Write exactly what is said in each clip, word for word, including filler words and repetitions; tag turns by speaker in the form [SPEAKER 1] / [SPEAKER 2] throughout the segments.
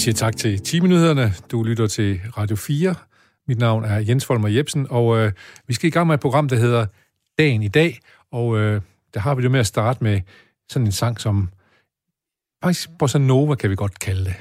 [SPEAKER 1] siger tak til ti minutterne. Du lytter til Radio fire. Mit navn er Jens Folmer Jebsen, og øh, vi skal i gang med et program, der hedder Dagen i dag. Og øh, der har vi det med at starte med sådan en sang, som faktisk Bossa Nova kan vi godt kalde det.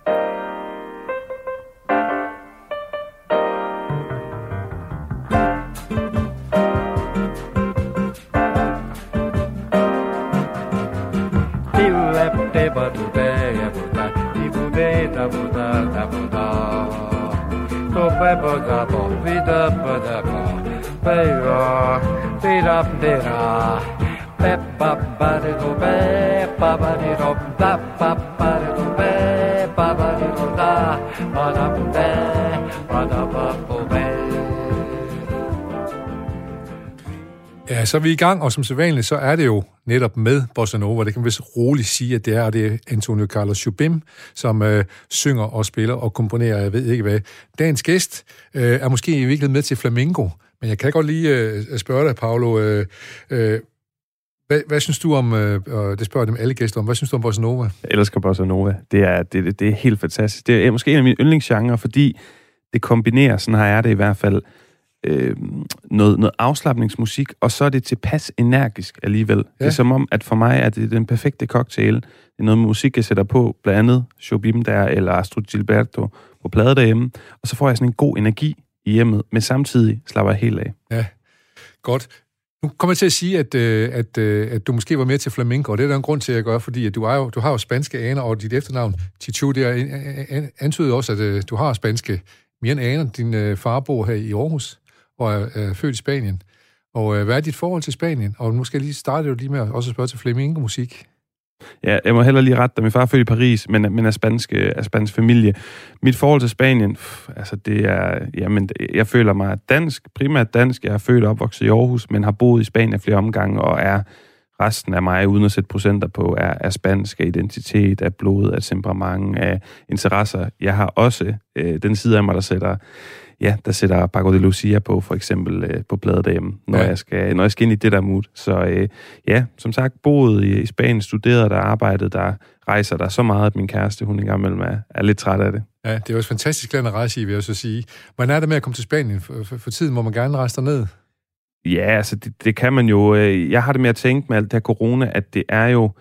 [SPEAKER 1] Ja, så er vi i gang, og som sædvanligt, så er det jo netop med Bossa Nova. Det kan man vist roligt sige, at det er, og det er Antonio Carlos Jobim, som øh, synger og spiller og komponerer, jeg ved ikke hvad. Dagens gæst øh, er måske i virkeligheden med til Flamenco, men jeg kan godt lige øh, spørge dig, Paolo, øh, øh, hvad, hvad synes du om, øh, og det spørger jeg dem alle gæster om, hvad synes du om Bossa Nova? Jeg
[SPEAKER 2] elsker Bossa Nova. Det er, det, det er helt fantastisk. Det er måske en af mine yndlingsgenrer, fordi det kombinerer, sådan her er det i hvert fald, Øh, noget, noget afslapningsmusik, og så er det tilpas energisk alligevel. Ja. Det er som om, at for mig er det den perfekte cocktail. Det er noget musik, jeg sætter på, blandt andet Jobim der, eller Astrid Gilberto på plade derhjemme, og så får jeg sådan en god energi i hjemmet, men samtidig slapper jeg helt af.
[SPEAKER 1] Ja, godt. Nu kommer jeg til at sige, at, at, at du måske var med til flamenco, og det er der en grund til, at jeg gør, fordi at du, er jo, du har jo spanske aner, og dit efternavn, Tichu, det er antydet også, at du har spanske mere end aner. Din far bor her i Aarhus, og er, er født i Spanien. Og øh, hvad er dit forhold til Spanien? Og nu skal jeg lige starte jo lige med at også spørge til flamenco-musik.
[SPEAKER 2] Ja, jeg må heller lige rette dig. Min far er født i Paris, men, men er, spansk, er spansk familie. Mit forhold til Spanien, pff, altså det er, jamen, jeg føler mig dansk, primært dansk. Jeg er født og opvokset i Aarhus, men har boet i Spanien flere omgange, og er resten af mig, uden at sætte procenter på, er, er spansk, af identitet, af blod, af temperament, af interesser. Jeg har også øh, den side af mig, der sætter Ja, der sætter Paco de Lucia på, for eksempel øh, på plader derhjemme, når, ja. jeg skal, når jeg skal ind i det der mood. Så øh, ja, som sagt, boet i, i Spanien, studeret der, arbejdet der, rejser der så meget, at min kæreste, hun engang imellem er, er lidt træt af det.
[SPEAKER 1] Ja, det er jo et fantastisk land at rejse i, vil jeg så sige. Hvordan er det med at komme til Spanien? For, for, for tiden må man gerne rejse derned.
[SPEAKER 2] Ja, altså det, det kan man jo. Jeg har det med at tænke med alt det her corona, at det er jo,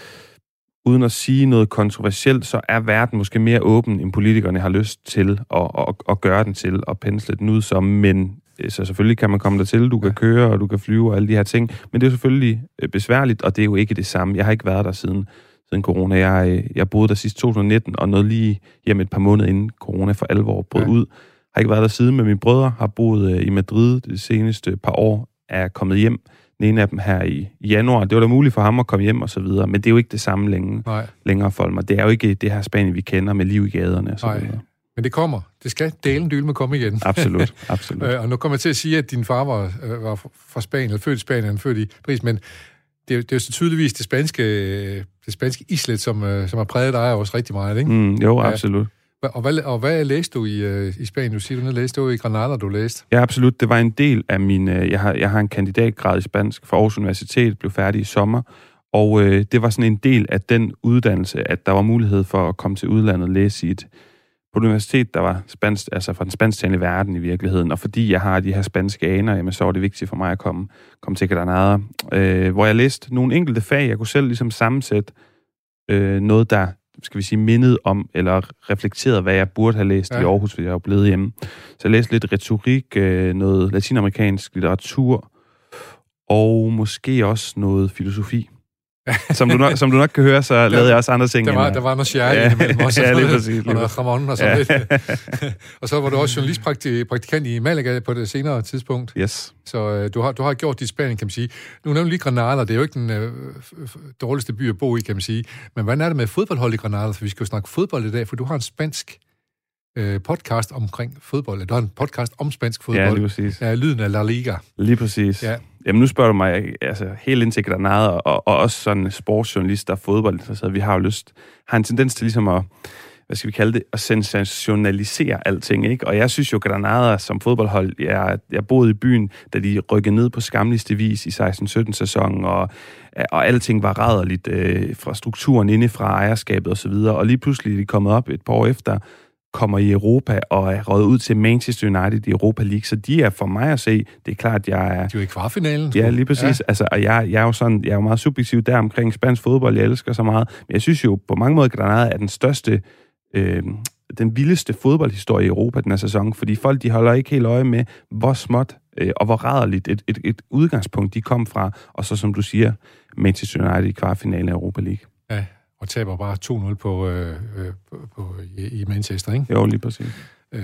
[SPEAKER 2] uden at sige noget kontroversielt, så er verden måske mere åben, end politikerne har lyst til at, at, at gøre den til, og pensle den ud som, men så selvfølgelig kan man komme der til, du kan køre, og du kan flyve, og alle de her ting, men det er selvfølgelig besværligt, og det er jo ikke det samme. Jeg har ikke været der siden, siden corona. Jeg, jeg boede der sidst to tusind nitten, og nåede lige hjem et par måneder inden corona for alvor brød ja. ud. Har ikke været der siden, men mine brødre har boet i Madrid de seneste par år, er kommet hjem. Den ene af dem her i januar. Det var da muligt for ham at komme hjem og så videre, men det er jo ikke det samme længe, længere for mig. Det er jo ikke det her Spanien, vi kender med liv i gaderne og så
[SPEAKER 1] Nej.
[SPEAKER 2] videre. Men
[SPEAKER 1] det kommer. Det skal delen dyl med komme igen.
[SPEAKER 2] Absolut, absolut.
[SPEAKER 1] Og nu kommer jeg til at sige, at din far var, var fra Spanien, eller født i Spanien, født i Paris, men det er, det er jo så tydeligvis det spanske, det spanske islet, som, som har præget dig også rigtig meget, ikke?
[SPEAKER 2] Mm, jo, absolut.
[SPEAKER 1] Ja. Og hvad, og hvad læste du i, i Spanien? Du siger, du læste du i Granada, du læste?
[SPEAKER 2] Ja, absolut. Det var en del af min... Jeg har, jeg har en kandidatgrad i spansk fra Aarhus Universitet, blev færdig i sommer, og øh, det var sådan en del af den uddannelse, at der var mulighed for at komme til udlandet og læse i et på et universitet, der var spansk, altså fra den spansktalende verden i virkeligheden, og fordi jeg har de her spanske aner, jamen, så var det vigtigt for mig at komme, komme til Granada, øh, hvor jeg læste nogle enkelte fag. Jeg kunne selv ligesom sammensætte øh, noget, der skal vi sige, mindet om, eller reflekteret, hvad jeg burde have læst ja. i Aarhus, fordi jeg var blevet hjemme. Så jeg læste lidt retorik, noget latinamerikansk litteratur, og måske også noget filosofi. Som du, nok, som du nok kan høre, så der, lavede jeg også andre ting.
[SPEAKER 1] Der var, der var noget kærlighed ja, imellem også.
[SPEAKER 2] Ja, lige præcis.
[SPEAKER 1] Og noget Ramon og sådan ja. lidt. Og så var du også journalistpraktikant i Malaga på det senere tidspunkt.
[SPEAKER 2] Yes.
[SPEAKER 1] Så uh, du, har, du har gjort dit Spanien, kan man sige. Nu nævner lige Granada, det er jo ikke den uh, dårligste by at bo i, kan man sige. Men hvordan er det med fodboldhold i Granada? For vi skal jo snakke fodbold i dag, for du har en spansk uh, podcast omkring fodbold. Du har en podcast om spansk fodbold.
[SPEAKER 2] Ja, lige præcis.
[SPEAKER 1] Ja, lyden af La Liga.
[SPEAKER 2] Lige præcis. Ja. Jamen, nu spørger du mig, altså, helt indtil Granada, og, og også sådan en sportsjournalist, der er fodboldinteresseret, vi har jo lyst, har en tendens til ligesom at, hvad skal vi kalde det, at sensationalisere alting, ikke? Og jeg synes jo, Granada som fodboldhold, jeg, jeg boede i byen, da de rykkede ned på skamligste vis i seksten sytten sæsonen, og, og alting var rædderligt øh, fra strukturen indefra, ejerskabet og så videre, og lige pludselig er de kommet op et par år efter, kommer i Europa og er røget ud til Manchester United i Europa League, så de er for mig at se, det er klart, jeg er...
[SPEAKER 1] De er jo i kvartfinalen.
[SPEAKER 2] Ja, lige præcis. Ja. Altså, og jeg, jeg er jo sådan, jeg er jo meget subjektiv der omkring spansk fodbold, jeg elsker så meget, men jeg synes jo på mange måder, Granada er den største, øh, den vildeste fodboldhistorie i Europa den her sæson, fordi folk, de holder ikke helt øje med, hvor småt øh, og hvor rædderligt et, et, et udgangspunkt, de kom fra, og så som du siger, Manchester United i kvartfinalen af Europa League.
[SPEAKER 1] Ja. Og taber bare to nul på, øh, på, på, i Manchester, ikke?
[SPEAKER 2] Jo, lige præcis.
[SPEAKER 1] Øh,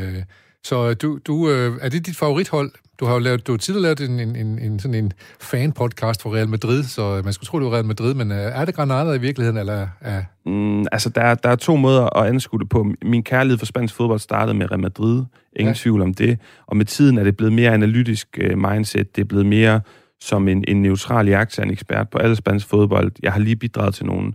[SPEAKER 1] så du, du, øh, er det dit favorithold? Du har jo lavet, du har tidligere lavet en, en, en, en, sådan en fan-podcast for Real Madrid, så man skulle tro, det var Real Madrid, men øh, er det Granada i virkeligheden, eller er...
[SPEAKER 2] Mm, altså, der, der er to måder at anskue det på. Min kærlighed for spansk fodbold startede med Real Madrid. Ingen ja. tvivl om det. Og med tiden er det blevet mere analytisk uh, mindset. Det er blevet mere som en, en neutral jagttager, en ekspert på alle spansk fodbold. Jeg har lige bidraget til nogle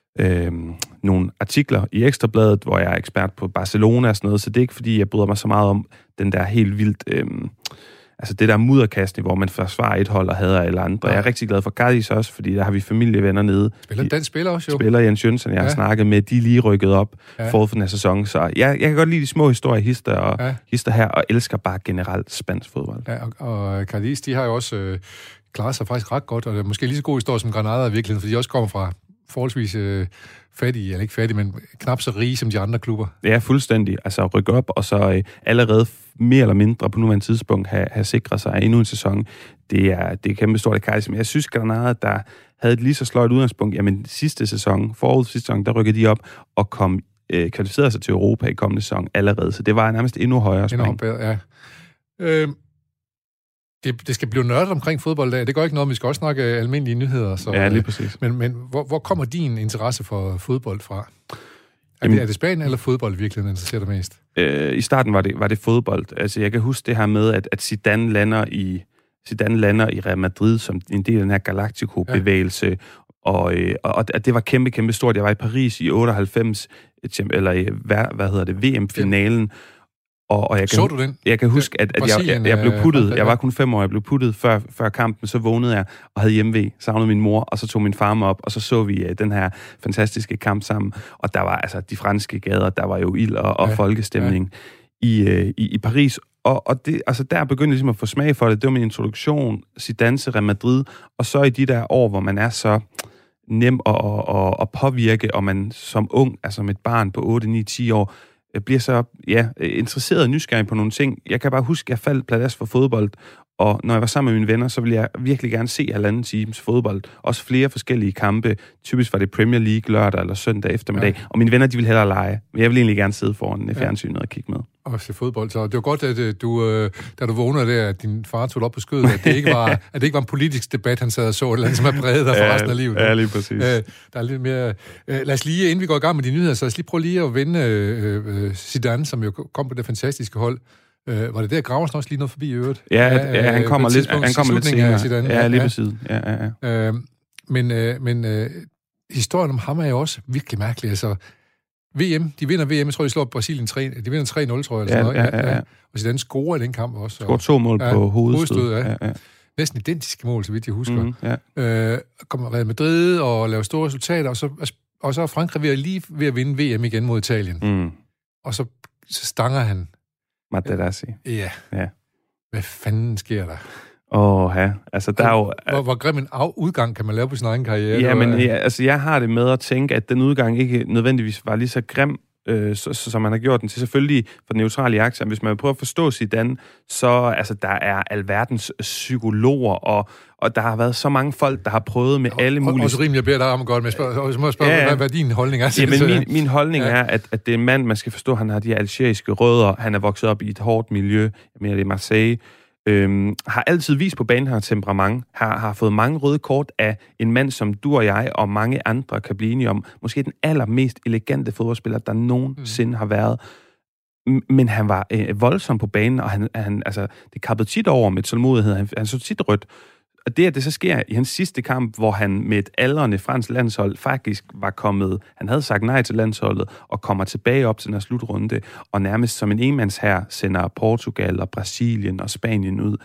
[SPEAKER 2] Øhm, nogle artikler i Ekstrabladet, hvor jeg er ekspert på Barcelona og sådan noget, så det er ikke, fordi jeg bryder mig så meget om den der helt vildt, øhm, altså det der mudderkastning, hvor man forsvarer et hold og hader eller andre. Ja. Jeg er rigtig glad for Cadiz også, fordi der har vi familievenner nede.
[SPEAKER 1] Spiller den spiller også jo.
[SPEAKER 2] Spiller Jens Jønsson, jeg ja. har snakket med, de er lige rykket op ja. forud for den her sæson, så jeg, jeg kan godt lide de små historier, hister og ja. hister her, og elsker bare generelt spansk fodbold.
[SPEAKER 1] Ja, og, og Cadiz, de har jo også øh, klaret sig faktisk ret godt, og det er måske lige så god historie som Granada i virkeligheden, fordi de også kommer fra forholdsvis øh, fattige, eller ikke fattige, men knap så rige som de andre klubber.
[SPEAKER 2] Ja, fuldstændig. Altså rykke op, og så øh, allerede mere eller mindre på nuværende tidspunkt have, have sikret sig endnu en sæson. Det er, det er kæmpe stort af Kajs. Men jeg synes, Granada, der havde et lige så sløjt udgangspunkt, jamen sidste sæson, forud sidste sæson, der rykkede de op og kom øh, kvalificerede sig til Europa i kommende sæson allerede. Så det var nærmest endnu højere spring.
[SPEAKER 1] Endnu bedre, ja. Øh... Det, det skal blive nørdet omkring fodbold. Det går ikke noget, vi skal også snakke almindelige nyheder. Så,
[SPEAKER 2] ja, lige præcis.
[SPEAKER 1] Men, men hvor, hvor kommer din interesse for fodbold fra? Er, Jamen, det, er det Spanien eller fodbold virkelig, der interesserer dig mest?
[SPEAKER 2] Øh, I starten var det, var det fodbold. Altså, jeg kan huske det her med, at, at Zidane lander i Zidane lander i Real Madrid som en del af den her Galactico-bevægelse. Ja. Og, øh, og, og det var kæmpe, kæmpe stort. Jeg var i Paris i otteoghalvfems, eller i, hvad, hvad hedder det, V M-finalen. Og, og jeg kan,
[SPEAKER 1] så du den?
[SPEAKER 2] Jeg kan huske, at, at jeg, jeg, jeg blev puttet, jeg var kun fem år, jeg blev puttet før, før kampen, så vågnede jeg og havde hjemve, savnede min mor, og så tog min far mig op, og så så vi uh, den her fantastiske kamp sammen. Og der var altså de franske gader, der var jo ild og, og ja, folkestemning ja. i, uh, i, i Paris. Og, og det, altså der begyndte jeg ligesom at få smag for det. Det var min introduktion, Zidane til Real Madrid, og så i de der år, hvor man er så nem at, at, at påvirke, og man som ung, altså som et barn på otte, ni, ti år, bliver så ja, interesseret og nysgerrig på nogle ting. Jeg kan bare huske, at jeg faldt plads for fodbold, og når jeg var sammen med mine venner, så ville jeg virkelig gerne se halvanden times fodbold. Også flere forskellige kampe. Typisk var det Premier League lørdag eller søndag eftermiddag. Ja. Og mine venner, de ville hellere lege. Men jeg ville egentlig gerne sidde foran fjernsynet ja. og kigge med.
[SPEAKER 1] Og se fodbold. Så det var godt, at du, da du vågnede der, at din far tog op på skødet, at det ikke var, at det ikke var en politisk debat, han sad og så, et eller andet, som er præget der for
[SPEAKER 2] ja,
[SPEAKER 1] resten af livet.
[SPEAKER 2] Ja, lige præcis.
[SPEAKER 1] Øh, der er lidt mere... Øh, lad os lige, inden vi går i gang med de nyheder, så lad os lige prøve lige at vende øh, Zidane, som jo kom på det fantastiske hold. Øh, var det der, Graversen også lige noget forbi i øvrigt?
[SPEAKER 2] Ja, ja, ja han kommer lidt, han kommer lidt senere.
[SPEAKER 1] Zidane,
[SPEAKER 2] ja, lige præcis. Ja, ja,
[SPEAKER 1] ja. Øh, men øh, men øh, historien om ham er jo også virkelig mærkelig. Altså, V M, de vinder V M, jeg tror, de slår Brasilien tre, de vinder tre nul, tror jeg. Eller
[SPEAKER 2] ja,
[SPEAKER 1] sådan noget.
[SPEAKER 2] Ja, ja, ja.
[SPEAKER 1] Og Zidane scorer i den kamp også.
[SPEAKER 2] Scorer to mål ja, på hovedstød. hovedstød ja. Ja, ja.
[SPEAKER 1] Næsten identiske mål, så vidt jeg husker.
[SPEAKER 2] Mm, ja.
[SPEAKER 1] øh, kommer Real Madrid og laver store resultater, og så, og så er Frankrig ved, lige ved at vinde V M igen mod Italien.
[SPEAKER 2] Mm.
[SPEAKER 1] Og så, så stanger han.
[SPEAKER 2] Materazzi.
[SPEAKER 1] Ja.
[SPEAKER 2] ja.
[SPEAKER 1] Hvad fanden sker der?
[SPEAKER 2] Åh, oh, ja. Altså, der er jo...
[SPEAKER 1] Hvor, hvor grim en af- udgang kan man lave på sin egen karriere?
[SPEAKER 2] Ja, men ja, altså, jeg har det med at tænke, at den udgang ikke nødvendigvis var lige så grim, øh, så, så, som man har gjort den til. Selvfølgelig for neutrale jagter. Hvis man prøver at forstå Zidane, så altså, der er alverdens psykologer, og, og der har været så mange folk, der har prøvet med alle mulige...
[SPEAKER 1] Og så rimelig, jeg beder dig om godt, men spørg, så må jeg spørge, ja, hvad, hvad din holdning er?
[SPEAKER 2] Ja, men min, min holdning ja. er, at, at det er en mand, man skal forstå, han har de her algeriske rødder, han er vokset op i et hårdt miljø, jeg mener det er Marseille, Øhm, har altid vist på banen her temperament, har, har fået mange røde kort af en mand, som du og jeg og mange andre kan blive enige om, måske den allermest elegante fodboldspiller, der nogensinde mm. har været. Men han var øh, voldsom på banen, og han, han, altså, det kappede tit over med tålmodighed. Han, han så tit rødt. og det, at det så sker i hans sidste kamp, hvor han med et aldrende fransk landshold faktisk var kommet, han havde sagt nej til landsholdet, og kommer tilbage op til den her slutrunde, og nærmest som en enmandshær sender Portugal og Brasilien og Spanien ud.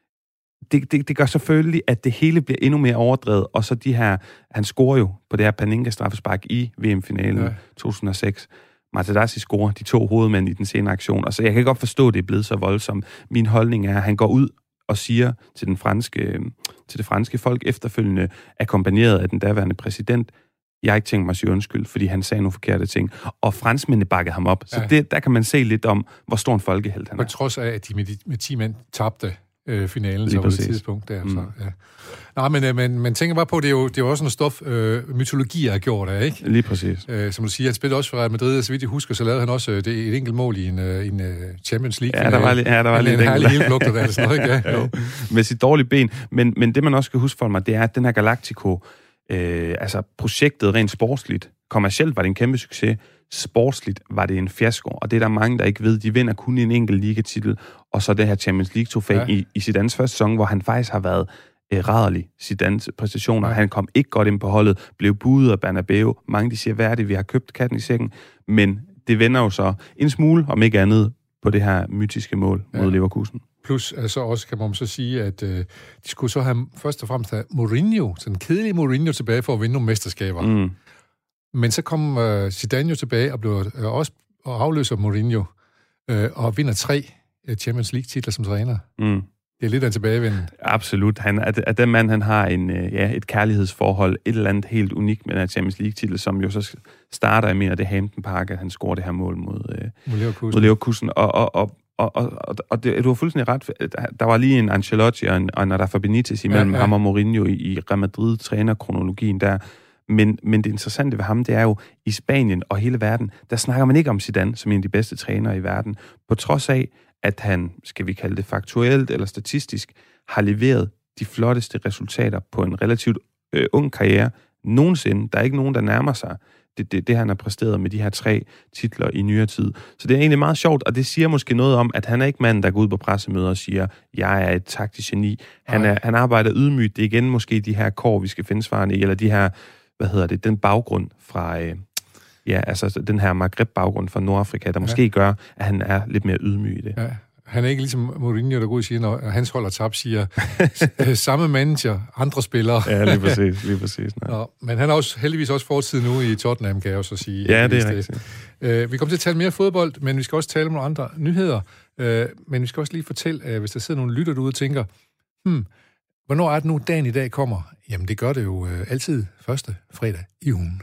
[SPEAKER 2] Det, det, det gør selvfølgelig, at det hele bliver endnu mere overdrevet, og så de her, han scorer jo på det her Panenka-straffespark i V M-finalen ja. to tusind og seks. Materazzi scorer de to hovedmænd i den senere aktion, og så jeg kan godt forstå, at det er blevet så voldsomt. Min holdning er, at han går ud og siger til, den franske, til det franske folk efterfølgende, akkompagneret af den daværende præsident, jeg har ikke tænkt mig at sige undskyld, fordi han sagde nogle forkerte ting. Og franskmændene bakkede ham op. Så ja. det, der kan man se lidt om, hvor stor en folkehelt han er.
[SPEAKER 1] På trods af, at de med, de, med ti mænd tabte øh, finalen så på det tidspunkt der. Mm. Så, ja. Nå, men øh, man, man tænker bare på, det er jo, det er jo også noget stof, øh, mytologier har gjort af, ikke?
[SPEAKER 2] Lige præcis.
[SPEAKER 1] Øh, som du siger, han spillede også for Real Madrid, og så vidt jeg husker, så lavede han også øh, det, et enkelt mål i en, øh, en uh, Champions League.
[SPEAKER 2] Ja, der var, ja, der var
[SPEAKER 1] en,
[SPEAKER 2] lidt
[SPEAKER 1] en herlig helblugter der, sådan noget, ikke? Ja,
[SPEAKER 2] med sit dårlige ben. Men, men det, man også skal huske for mig, det er, at den her Galactico, øh, altså projektet rent sportsligt, kommercielt var det en kæmpe succes, sportsligt var det en fiasko, og det er der mange, der ikke ved. De vinder kun en enkelt ligatitel, og så det her Champions League-trofæ ja. i, i Zidanes første sæson, hvor han faktisk har været øh, rædderlig Zidanes præstationer. Ja. Han kom ikke godt ind på holdet, blev budet af Bernabeu. Mange de siger, hvad er det, vi har købt katten i sækken? Men det vender jo så en smule, om ikke andet, på det her mytiske mål ja. mod Leverkusen.
[SPEAKER 1] Plus altså også kan man så sige, at øh, de skulle så have først og fremmest have Mourinho, sådan en kedelig Mourinho tilbage for at vinde nogle mesterskaber. Mm. Men så kom øh, Zidane jo tilbage og blev øh, også og afløser Mourinho øh, og vinder tre øh, Champions League-titler som træner. Mm. Det er lidt af en tilbagevenden.
[SPEAKER 2] Absolut. Han, at, at den mand, han har en, øh, ja, et kærlighedsforhold, et eller andet helt unikt med den her Champions League-titel, som jo så starter, jeg mener, det Hampden Park, at han scorer det her mål mod, øh,
[SPEAKER 1] Leverkusen.
[SPEAKER 2] mod Leverkusen. Og, og, og, og, og, og det, du har fuldstændig ret. Der var lige en Ancelotti og en, og en Rafa Benitez imellem ja, ja. ham og Mourinho i, i Real Madrid-trænerkronologien der. Men, men det interessante ved ham, det er jo, i Spanien og hele verden, der snakker man ikke om Zidane som en af de bedste trænere i verden. På trods af, at han, skal vi kalde det faktuelt eller statistisk, har leveret de flotteste resultater på en relativt øh, ung karriere nogensinde. Der er ikke nogen, der nærmer sig det, det, det, han har præsteret med de her tre titler i nyere tid. Så det er egentlig meget sjovt, og det siger måske noget om, at han er ikke manden, der går ud på pressemøder og siger, jeg er et taktisk geni. Han, er, han arbejder ydmygt. Det er igen måske de her kår, vi skal finde svarene i, eller de her, hvad hedder det, den baggrund fra... Øh, Ja, altså den her Maghreb-baggrund fra Nordafrika, der måske ja. gør, at han er lidt mere ydmyg i det. Ja.
[SPEAKER 1] Han er ikke ligesom Mourinho, der går ud og siger, når hans hold er tabt, siger samme manager, andre spillere.
[SPEAKER 2] Ja, lige præcis. Lige præcis
[SPEAKER 1] Nå, men han har også, heldigvis også fortid nu i Tottenham, kan jeg også sige.
[SPEAKER 2] Ja, det er rigtigt.
[SPEAKER 1] Uh, vi kommer til at tale mere fodbold, men vi skal også tale om nogle andre nyheder. Uh, men vi skal også lige fortælle, uh, hvis der sidder nogle lytter derude og tænker, hmm, hvornår er det nu, dagen i dag kommer? Jamen, det gør det jo uh, altid første fredag i ugen.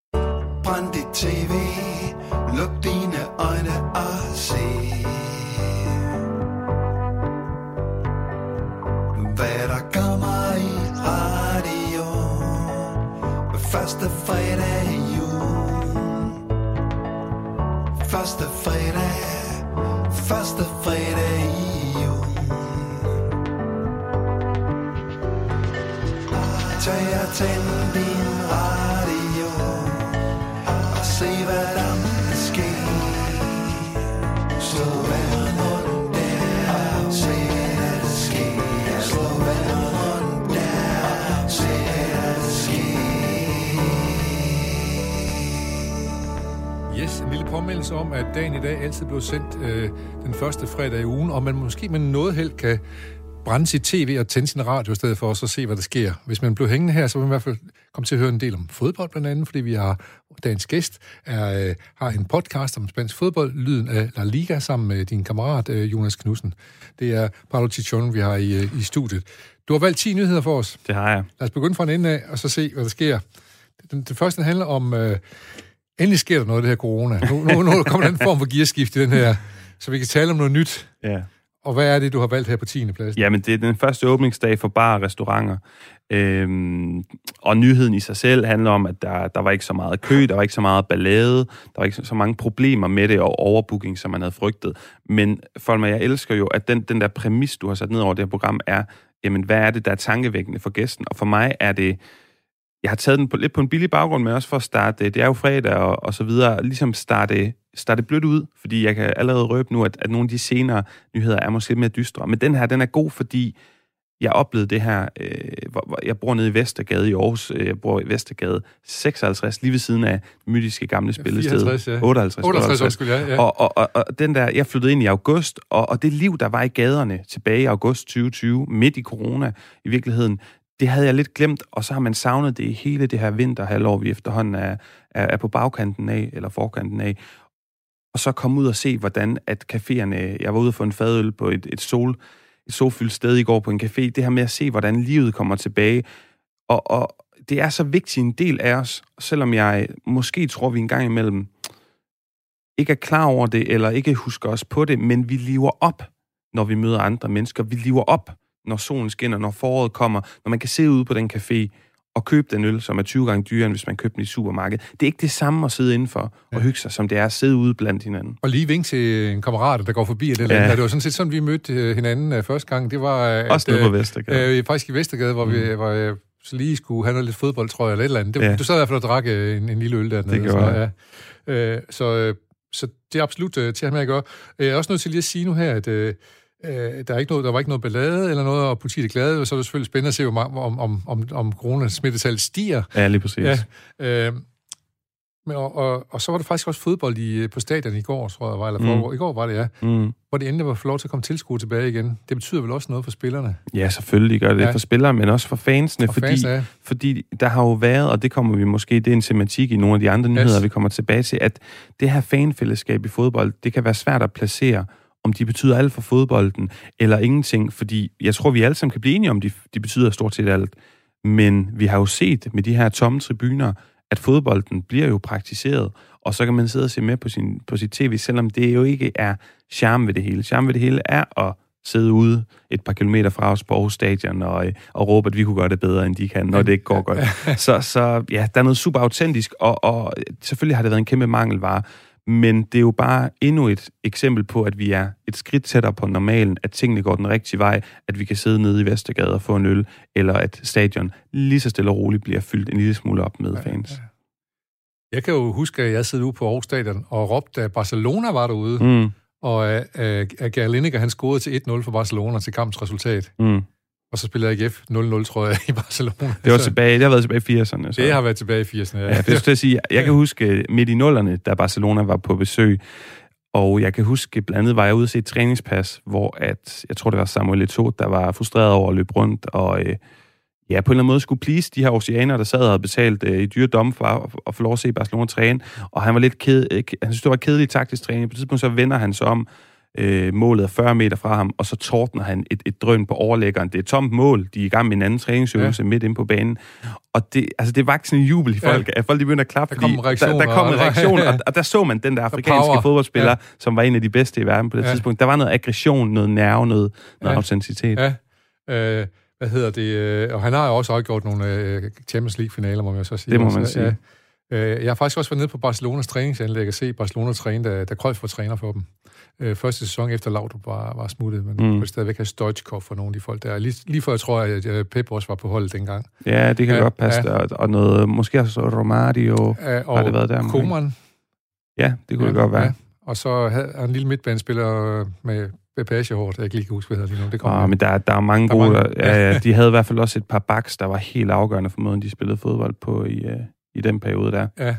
[SPEAKER 3] Brænd dit tv, luk dine øjne og se, hvad der kommer i radio, første fredag i juni, første fredag, første fredag i juni. Tag og tænd din radio, se hvad der vil ske. Slå vandet der, se hvad der sker. Slå vandet der, se hvad der sker.
[SPEAKER 1] Yes, en lille påmeldelse om, at dagen i dag altid blev sendt øh, den første fredag i ugen, og man måske med noget held kan brænde sit tv og tænde sin radio i stedet for at se, hvad der sker. Hvis man blev hængende her, så vil man i hvert fald komme til at høre en del om fodbold blandt andet, fordi vi har dagens gæst er, øh, har en podcast om spansk fodbold, lyden af La Liga, sammen med din kammerat øh, Jonas Knudsen. Det er Paolo Tichon, vi har i, øh, i studiet. Du har valgt ti nyheder for os.
[SPEAKER 2] Det har jeg.
[SPEAKER 1] Lad os begynde fra en ende af, og så se, hvad der sker. Den, den første handler om, øh, endelig sker der noget af det her corona. Nu, nu, nu kommer der en form for gearskift i den her, så vi kan tale om noget nyt.
[SPEAKER 2] Ja.
[SPEAKER 1] Og hvad er det, du har valgt her på tiende plads?
[SPEAKER 2] Jamen, det er den første åbningsdag for barer og restauranter. Øhm, og nyheden i sig selv handler om, at der, der var ikke så meget kø, der var ikke så meget ballade, der var ikke så mange problemer med det og overbooking, som man havde frygtet. Men for mig, jeg elsker jo, at den, den der præmis, du har sat ned over det her program, er, jamen, hvad er det, der er tankevækkende for gæsten? Og for mig er det, jeg har taget den på, lidt på en billig baggrund, men også for at starte, det er jo fredag og, og så videre, ligesom starte, starte blødt ud, fordi jeg kan allerede røbe nu, at, at nogle af de senere nyheder er måske mere dystre. Men den her, den er god, fordi jeg oplevede det her, øh, hvor, hvor jeg bor nede i Vestergade i Aarhus, øh, jeg bor i Vestergade seksoghalvtreds, lige ved siden af mytiske gamle spillested.
[SPEAKER 1] fireoghalvtreds, ja.
[SPEAKER 2] otteoghalvtreds.
[SPEAKER 1] otteoghalvtreds, undskyld, ja. ja.
[SPEAKER 2] Og, og, og, og den der, jeg flyttede ind i august, og, og det liv, der var i gaderne tilbage i august tyve tyve, midt i corona i virkeligheden, det havde jeg lidt glemt, og så har man savnet det i hele det her vinterhalvår, vi efterhånden er, er, er på bagkanten af, eller forkanten af. Og så komme ud og se, hvordan at caféerne, jeg var ude for en fadøl på et, et sol, et solfyldt sted i går på en café, det her med at se, hvordan livet kommer tilbage. Og, og det er så vigtig en del af os, selvom jeg måske tror, vi en gang imellem ikke er klar over det, eller ikke husker os på det, men vi lever op, når vi møder andre mennesker. Vi lever op, når solen skinner, når foråret kommer, når man kan sidde ude på den café og købe den øl, som er tyve gange dyrere, end hvis man købte den i supermarkedet. Det er ikke det samme at sidde indenfor og ja. hygge sig, som det er at sidde ude blandt hinanden.
[SPEAKER 1] Og lige vink til en kammerat, der går forbi det ja. Det var sådan set sådan, vi mødte hinanden første gang. Det var at,
[SPEAKER 2] også nede på Vestergade.
[SPEAKER 1] Øh, faktisk i Vestergade, hvor mm. vi hvor jeg så lige skulle have noget lidt fodbold, tror jeg, eller et eller andet. Det, ja. Du sad i hvert fald og drak en, en lille øl dernede.
[SPEAKER 2] Det gjorde
[SPEAKER 1] så, ja. øh, så, så det er absolut uh, til at have med at gøre. Jeg er også nødt til lige at sige nu her, at uh, der, er ikke noget, der var ikke noget ballade eller noget, og politiet er glade, og så er det selvfølgelig spændende at se, om, om, om, om, om coronasmittetal stiger.
[SPEAKER 2] Ja, lige præcis.
[SPEAKER 1] Ja, øh, men, og, og, og så var der faktisk også fodbold i, på stadion i går, tror jeg, var, eller for, mm. i går var det, ja, mm. hvor det endelig var for lov til at komme tilskuere tilbage igen. Det betyder vel også noget for spillerne?
[SPEAKER 2] Ja, selvfølgelig gør det ja. for spillere, men også for fansene, for fordi, fans, ja. fordi der har jo været, og det kommer vi måske, det er en semantik i nogle af de andre nyheder, yes. vi kommer tilbage til, at det her fanfællesskab i fodbold, det kan være svært at placere, om de betyder alt for fodbolden, eller ingenting, fordi jeg tror, vi alle sammen kan blive enige om, de, de betyder stort set alt. Men vi har jo set med de her tomme tribuner, at fodbolden bliver jo praktiseret, og så kan man sidde og se med på, sin, på sit tv, selvom det jo ikke er charme ved det hele. Charme ved det hele er at sidde ude et par kilometer fra os på Aarhus Stadion og, og råbe, at vi kunne gøre det bedre, end de kan, når det ikke går godt. Så, så ja, der er noget super autentisk, og, og selvfølgelig har det været en kæmpe mangelvare, men det er jo bare endnu et eksempel på, at vi er et skridt tættere på normalen, at tingene går den rigtige vej, at vi kan sidde nede i Vestergade og få en øl, eller at stadion lige så stille og roligt bliver fyldt en lille smule op med fans. Ja, ja.
[SPEAKER 1] Jeg kan jo huske, at jeg sad ude på Aarhus Stadion og råbte, at Barcelona var derude, mm. og at Gary Lineker, han scorede til et nul for Barcelona til kampens resultat. Mm. Og så spillede A G F nul nul, tror jeg, i Barcelona.
[SPEAKER 2] Det var tilbage, det har været tilbage i firserne. Så.
[SPEAKER 1] Det har været tilbage i firserne, ja.
[SPEAKER 2] ja det skal jeg sige. Jeg kan huske midt i nullerne, da Barcelona var på besøg, og jeg kan huske, blandt andet var jeg ude at se et træningspas, hvor at, jeg tror, det var Samuel Eto'o, der var frustreret over at løbe rundt, og øh, ja, på en eller anden måde skulle please de her oceaner, der sad og havde betalt øh, i dyre domme for at, at få lov at se Barcelona træne, og han var lidt ked, øh, han synes, det var kedelig taktisk træning. På et tidspunkt så vender han sig om, Øh, målet er fyrre meter fra ham, og så tordner han et, et drøn på overlæggeren. Det er et tomt mål. De er i gang med en anden træningsøvelse ja. midt inde på banen. Og det, altså, det var sådan en jubel i folk. Ja. At folk de begyndte at klappe.
[SPEAKER 1] Der kom en reaktion.
[SPEAKER 2] Der, der kom en reaktion, og, og der så man den der afrikanske fodboldspiller, ja. som var en af de bedste i verden på det ja. tidspunkt. Der var noget aggression, noget nerve, noget, noget
[SPEAKER 1] ja.
[SPEAKER 2] autenticitet.
[SPEAKER 1] Ja. Øh, hvad hedder det? Og han har jo også afgjort nogle øh, Champions League-finaler, må man så sige.
[SPEAKER 2] Det må man sige. Ja.
[SPEAKER 1] Jeg har faktisk også været nede på Barcelonas træningsanlæg og se Barcelona træne, da, da Cruyff var træner for dem. Første sæson efter Laudrup var, var smuttet, men mm. kunne stadigvæk have Stoichkov for nogle af de folk der. Lige, lige før jeg tror, at Pep også var på holdet dengang.
[SPEAKER 2] Ja, det kan ja, godt passe. Ja. Og noget, måske også Romario
[SPEAKER 1] ja,
[SPEAKER 2] har det været der.
[SPEAKER 1] Koeman.
[SPEAKER 2] Ja, det kunne ja, det godt være. Ja.
[SPEAKER 1] Og så havde han en lille midtbanespiller med bepagehårdt. Jeg kan ikke huske, hvad det lige nu. Det kom
[SPEAKER 2] ah, men der, der er mange der gode. Mange, ja. Ja, de havde i hvert fald også et par backs, der var helt afgørende for måden, de spillede fodbold på i... i den periode der.
[SPEAKER 1] Ja.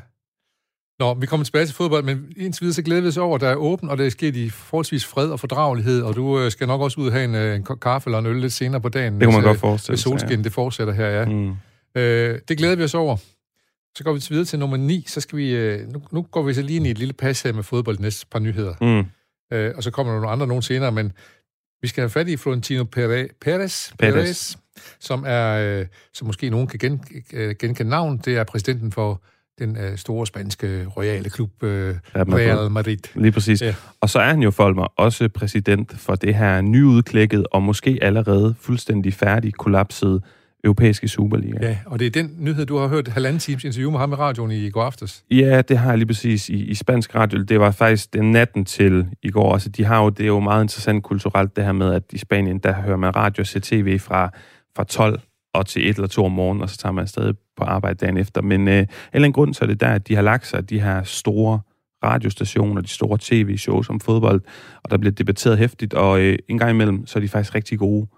[SPEAKER 1] Nå, vi kommer tilbage til fodbold, men indtil videre så glæder vi os over, at der er åbent, og det er sket i forholdsvis fred og fordragelighed, og du øh, skal nok også ud og have en, en kaffe eller en øl lidt senere på dagen.
[SPEAKER 2] Det kan man godt forestille
[SPEAKER 1] sig. Solskin, ja. Det fortsætter her, ja. Mm. Øh, det glæder vi os over. Så går vi videre til nummer ni, så skal vi, øh, nu, nu går vi så lige ind i et lille pas her med fodbold, de næste par nyheder. Mm. Øh, og så kommer der nogle andre nogle senere, men vi skal have fat i Florentino Perez, Perez, Perez som er, øh, som måske nogen kan gen, øh, genkende navn, det er præsidenten for den øh, store spanske royale klub, øh, Real Madrid.
[SPEAKER 2] Lige præcis. Ja. Og så er han jo, Folmer, også præsident for det her nyudklækket og måske allerede fuldstændig færdig kollapset europæiske Superliga.
[SPEAKER 1] Ja, og det er den nyhed, du har hørt halvanden times interview med ham i radioen i går aftes.
[SPEAKER 2] Ja, det har jeg lige præcis i, i spansk radio. Det var faktisk den natten til i går. Altså, de har jo, det er jo meget interessant kulturelt, det her med, at i Spanien, der hører man radio og ser tv fra, fra tolv og til et eller to om morgenen, og så tager man stadig på arbejde dagen efter. Men øh, en eller anden grund, så er det der, at de har lagt sig, de her store radiostationer, de store tv-shows om fodbold, og der bliver debatteret hæftigt, og øh, en gang imellem, så er de faktisk rigtig gode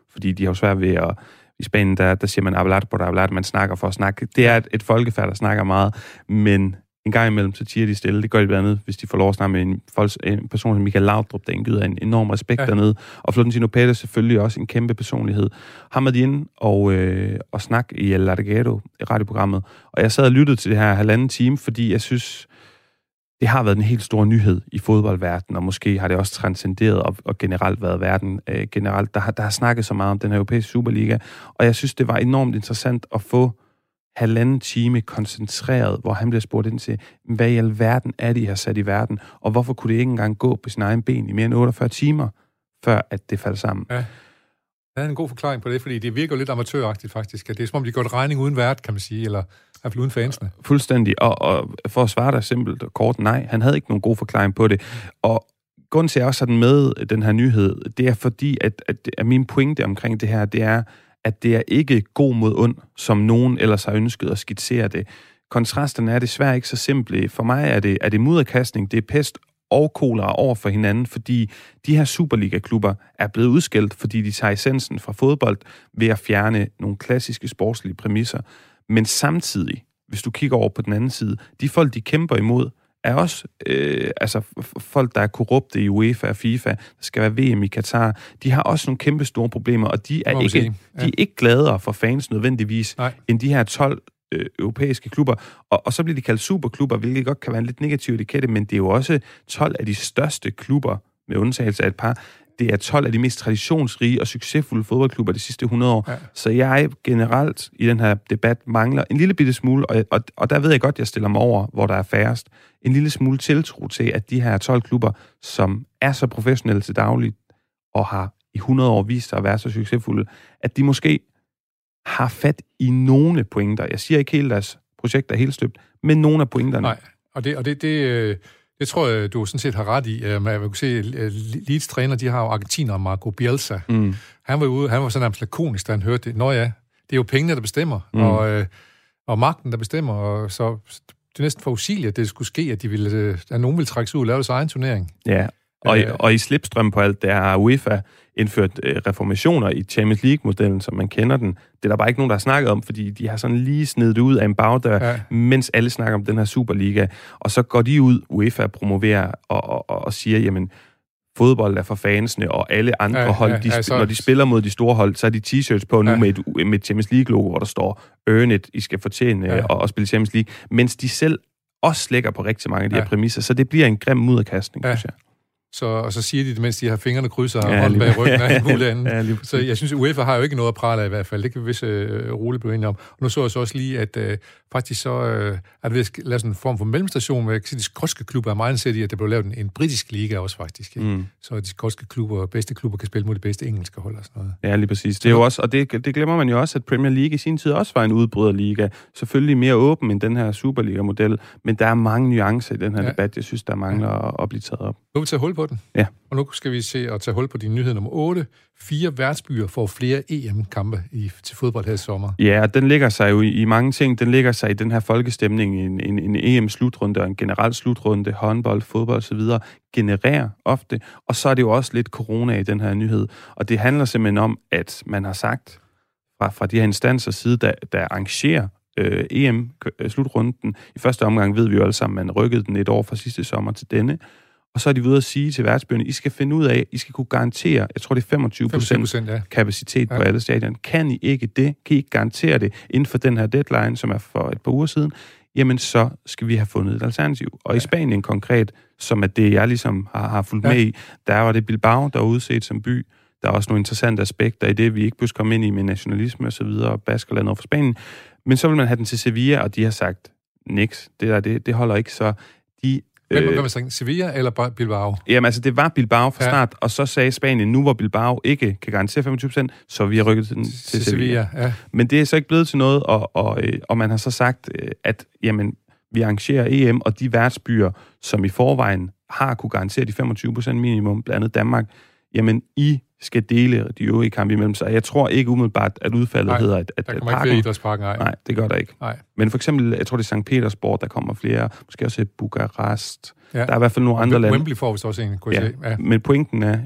[SPEAKER 2] fordi de har jo svært ved at... I Spanien, der, der siger man hablar por hablar, man snakker for at snakke. Det er et, et folkefærd, der snakker meget, men en gang imellem, så tiger de stille. Det gør de blandt andet, hvis de får lov at snakke med en, folks, en person som Michael Laudrup, der indgyder en enorm respekt ja. dernede. Og Florentino Pérez selvfølgelig også en kæmpe personlighed. Ham er de inde og, øh, og snakke i El Larguero, i radioprogrammet. Og jeg sad og lyttede til det her halvanden time, fordi jeg synes, det har været en helt stor nyhed i fodboldverdenen, og måske har det også transcenderet og, og generelt været verden øh, generelt. Der har, der har snakket så meget om den europæiske Superliga, og jeg synes, det var enormt interessant at få halvanden time koncentreret, hvor han bliver spurgt ind til, hvad i alverden er det, I har sat i verden, og hvorfor kunne det ikke engang gå på sin egen ben i mere end otteogfyrre timer, før at det faldt sammen.
[SPEAKER 1] Ja. Der er en god forklaring på det, fordi det virker lidt amatøragtigt faktisk, at det er som om, de går et regning uden vært, kan man sige, eller i hvert fald uden fansene.
[SPEAKER 2] Fuldstændig, og, og for at svare dig simpelt og kort, nej, han havde ikke nogen god forklaring på det, og grunden til, at jeg også har den med, den her nyhed, det er fordi, at, at, at min pointe omkring det her, det er, at det er ikke god mod ond, som nogen ellers har ønsket at skitsere det. Kontrasterne er desværre ikke så simple. For mig er det, er det mudderkastning, det er pest og kolera over for hinanden, fordi de her Superliga-klubber er blevet udskilt, fordi de tager essensen fra fodbold ved at fjerne nogle klassiske sportslige præmisser. Men samtidig, hvis du kigger over på den anden side, de folk, de kæmper imod, er også øh, altså folk, der er korrupte i UEFA og FIFA, der skal være V M i Katar, de har også nogle kæmpe store problemer, og de er, ikke, ja. de er ikke gladere for fans nødvendigvis, Nej. end de her tolv øh, europæiske klubber. Og, og så bliver de kaldt superklubber, hvilket godt kan være en lidt negativ etikette, men det er jo også tolv af de største klubber, med undtagelse af et par. Det er tolv af de mest traditionsrige og succesfulde fodboldklubber de sidste hundrede år. Ja. Så jeg generelt i den her debat mangler en lille bitte smule, og, og, og der ved jeg godt, at jeg stiller mig over, hvor der er færrest, en lille smule tiltro til, at de her tolv klubber, som er så professionelle til dagligt, og har i hundrede år vist sig at være så succesfulde, at de måske har fat i nogle pointer. Jeg siger ikke hele deres projekt er helt støbt, men nogle af pointerne.
[SPEAKER 1] Nej, og det, og det, det, det tror jeg, du sådan set har ret i. Jeg vil kunne se, Leeds træner, de har jo argentiner, Marco Bielsa. Mm. Han var ude, han var sådan nærmest lakonisk, da han hørte det. Nå ja, det er jo pengene, der bestemmer, mm. og, og magten, der bestemmer, og så det er næsten for usigeligt, at det skulle ske, at, de ville, at nogen ville trække sig ud og lave deres egen turnering.
[SPEAKER 2] Ja, og, øh, og i slipstrøm på alt, der har UEFA indført øh, reformationer i Champions League-modellen, som man kender den. Det er der bare ikke nogen, der har snakket om, fordi de har sådan lige snedet ud af en bagdør, ja. mens alle snakker om den her Superliga. Og så går de ud, UEFA promoverer og, og, og, og siger, jamen, fodbold er for fansene, og alle andre ja, hold, de, ja, så... når de spiller mod de store hold, så er de t-shirts på nu ja. med et med Champions League-logo, hvor der står, earn it, I skal fortjene ja. og, og spille Champions League, mens de selv også slækker på rigtig mange af de ja. her præmisser, så det bliver en grim mudderkastning, ja. synes jeg.
[SPEAKER 1] Så, og så siger de det, mens de har fingrene krydser og ja, hånden bag ryggen af en mulig anden. Ja, så jeg synes, at UEFA har jo ikke noget at prale af i hvert fald. Det kan vi vist uh, roligt blive enige om. Og nu så jeg så også lige, at uh, faktisk så uh, er det ved at lave sådan en form for mellemstation, hvor de skotske klubber er meget ansat i, at der blev lavet en, en britisk liga også faktisk. Mm. Så de skotske klubber, bedste klubber kan spille mod de bedste engelske hold og sådan noget.
[SPEAKER 2] Ja, lige præcis. Det er jo også, og det, det glemmer man jo også, at Premier League i sin tid også var en udbryderliga. Selvfølgelig mere åben end den her Superliga-model, men der er mange nuancer i den her ja. debat, jeg synes, der mangler ja. at, at blive taget op.
[SPEAKER 1] Nu vil vi tage hul på den.
[SPEAKER 2] Ja.
[SPEAKER 1] Og nu skal vi se og tage hul på din nyhed nummer otte. Fire værtsbyer får flere E M-kampe i, til fodbold her i sommer.
[SPEAKER 2] Ja, den ligger sig jo i, i mange ting. Den ligger sig i den her folkestemning, en, en, en E M-slutrunde og en generel slutrunde, håndbold, fodbold osv. genererer ofte. Og så er det jo også lidt corona i den her nyhed. Og det handler simpelthen om, at man har sagt fra, fra de her instanser side, der, der arrangerer øh, E M-slutrunden. I første omgang ved vi jo alle sammen, at man rykkede den et år fra sidste sommer til denne. Og så er de ved at sige til værtsbyerne, I skal finde ud af, I skal kunne garantere, jeg tror det er femogtyve procent ja. kapacitet ja. på alle stadion. Kan I ikke det? Kan I ikke garantere det inden for den her deadline, som er for et par uger siden? Jamen så skal vi have fundet et alternativ. Og ja. i Spanien konkret, som er det, jeg ligesom har, har fulgt ja. med i, der var det Bilbao, der er udset som by. Der er også nogle interessante aspekter i det, vi ikke pludselig komme ind i med nationalisme og så videre, og Baskerland over for Spanien. Men så vil man have den til Sevilla, og de har sagt, niks, det der, det, det holder ikke, så de
[SPEAKER 1] Hvem var det, Sevilla eller Bilbao?
[SPEAKER 2] Jamen altså, det var Bilbao fra start, ja. og så sagde Spanien, nu hvor Bilbao ikke kan garantere femogtyve procent, så vi har rykket den til, til Sevilla. Sevilla ja. Men det er så ikke blevet til noget, og, og, og man har så sagt, at jamen, vi arrangerer E M, og de værtsbyer, som i forvejen har kunne garantere de femogtyve procent minimum, blandt andet Danmark, jamen I skal dele de øvrige kampe imellem sig. Jeg tror ikke umiddelbart, at udfaldet
[SPEAKER 1] nej,
[SPEAKER 2] hedder, at, at
[SPEAKER 1] der kommer ikke flere idrætsparken, nej.
[SPEAKER 2] Nej, det gør der ikke.
[SPEAKER 1] Nej.
[SPEAKER 2] Men for eksempel, jeg tror, det er Sankt Petersborg, der kommer flere, måske også Bukarest. Ja. Der er i hvert fald nogle andre lande.
[SPEAKER 1] Wembley får vist også en, kunne
[SPEAKER 2] ja.
[SPEAKER 1] jeg se. Ja.
[SPEAKER 2] Men pointen er,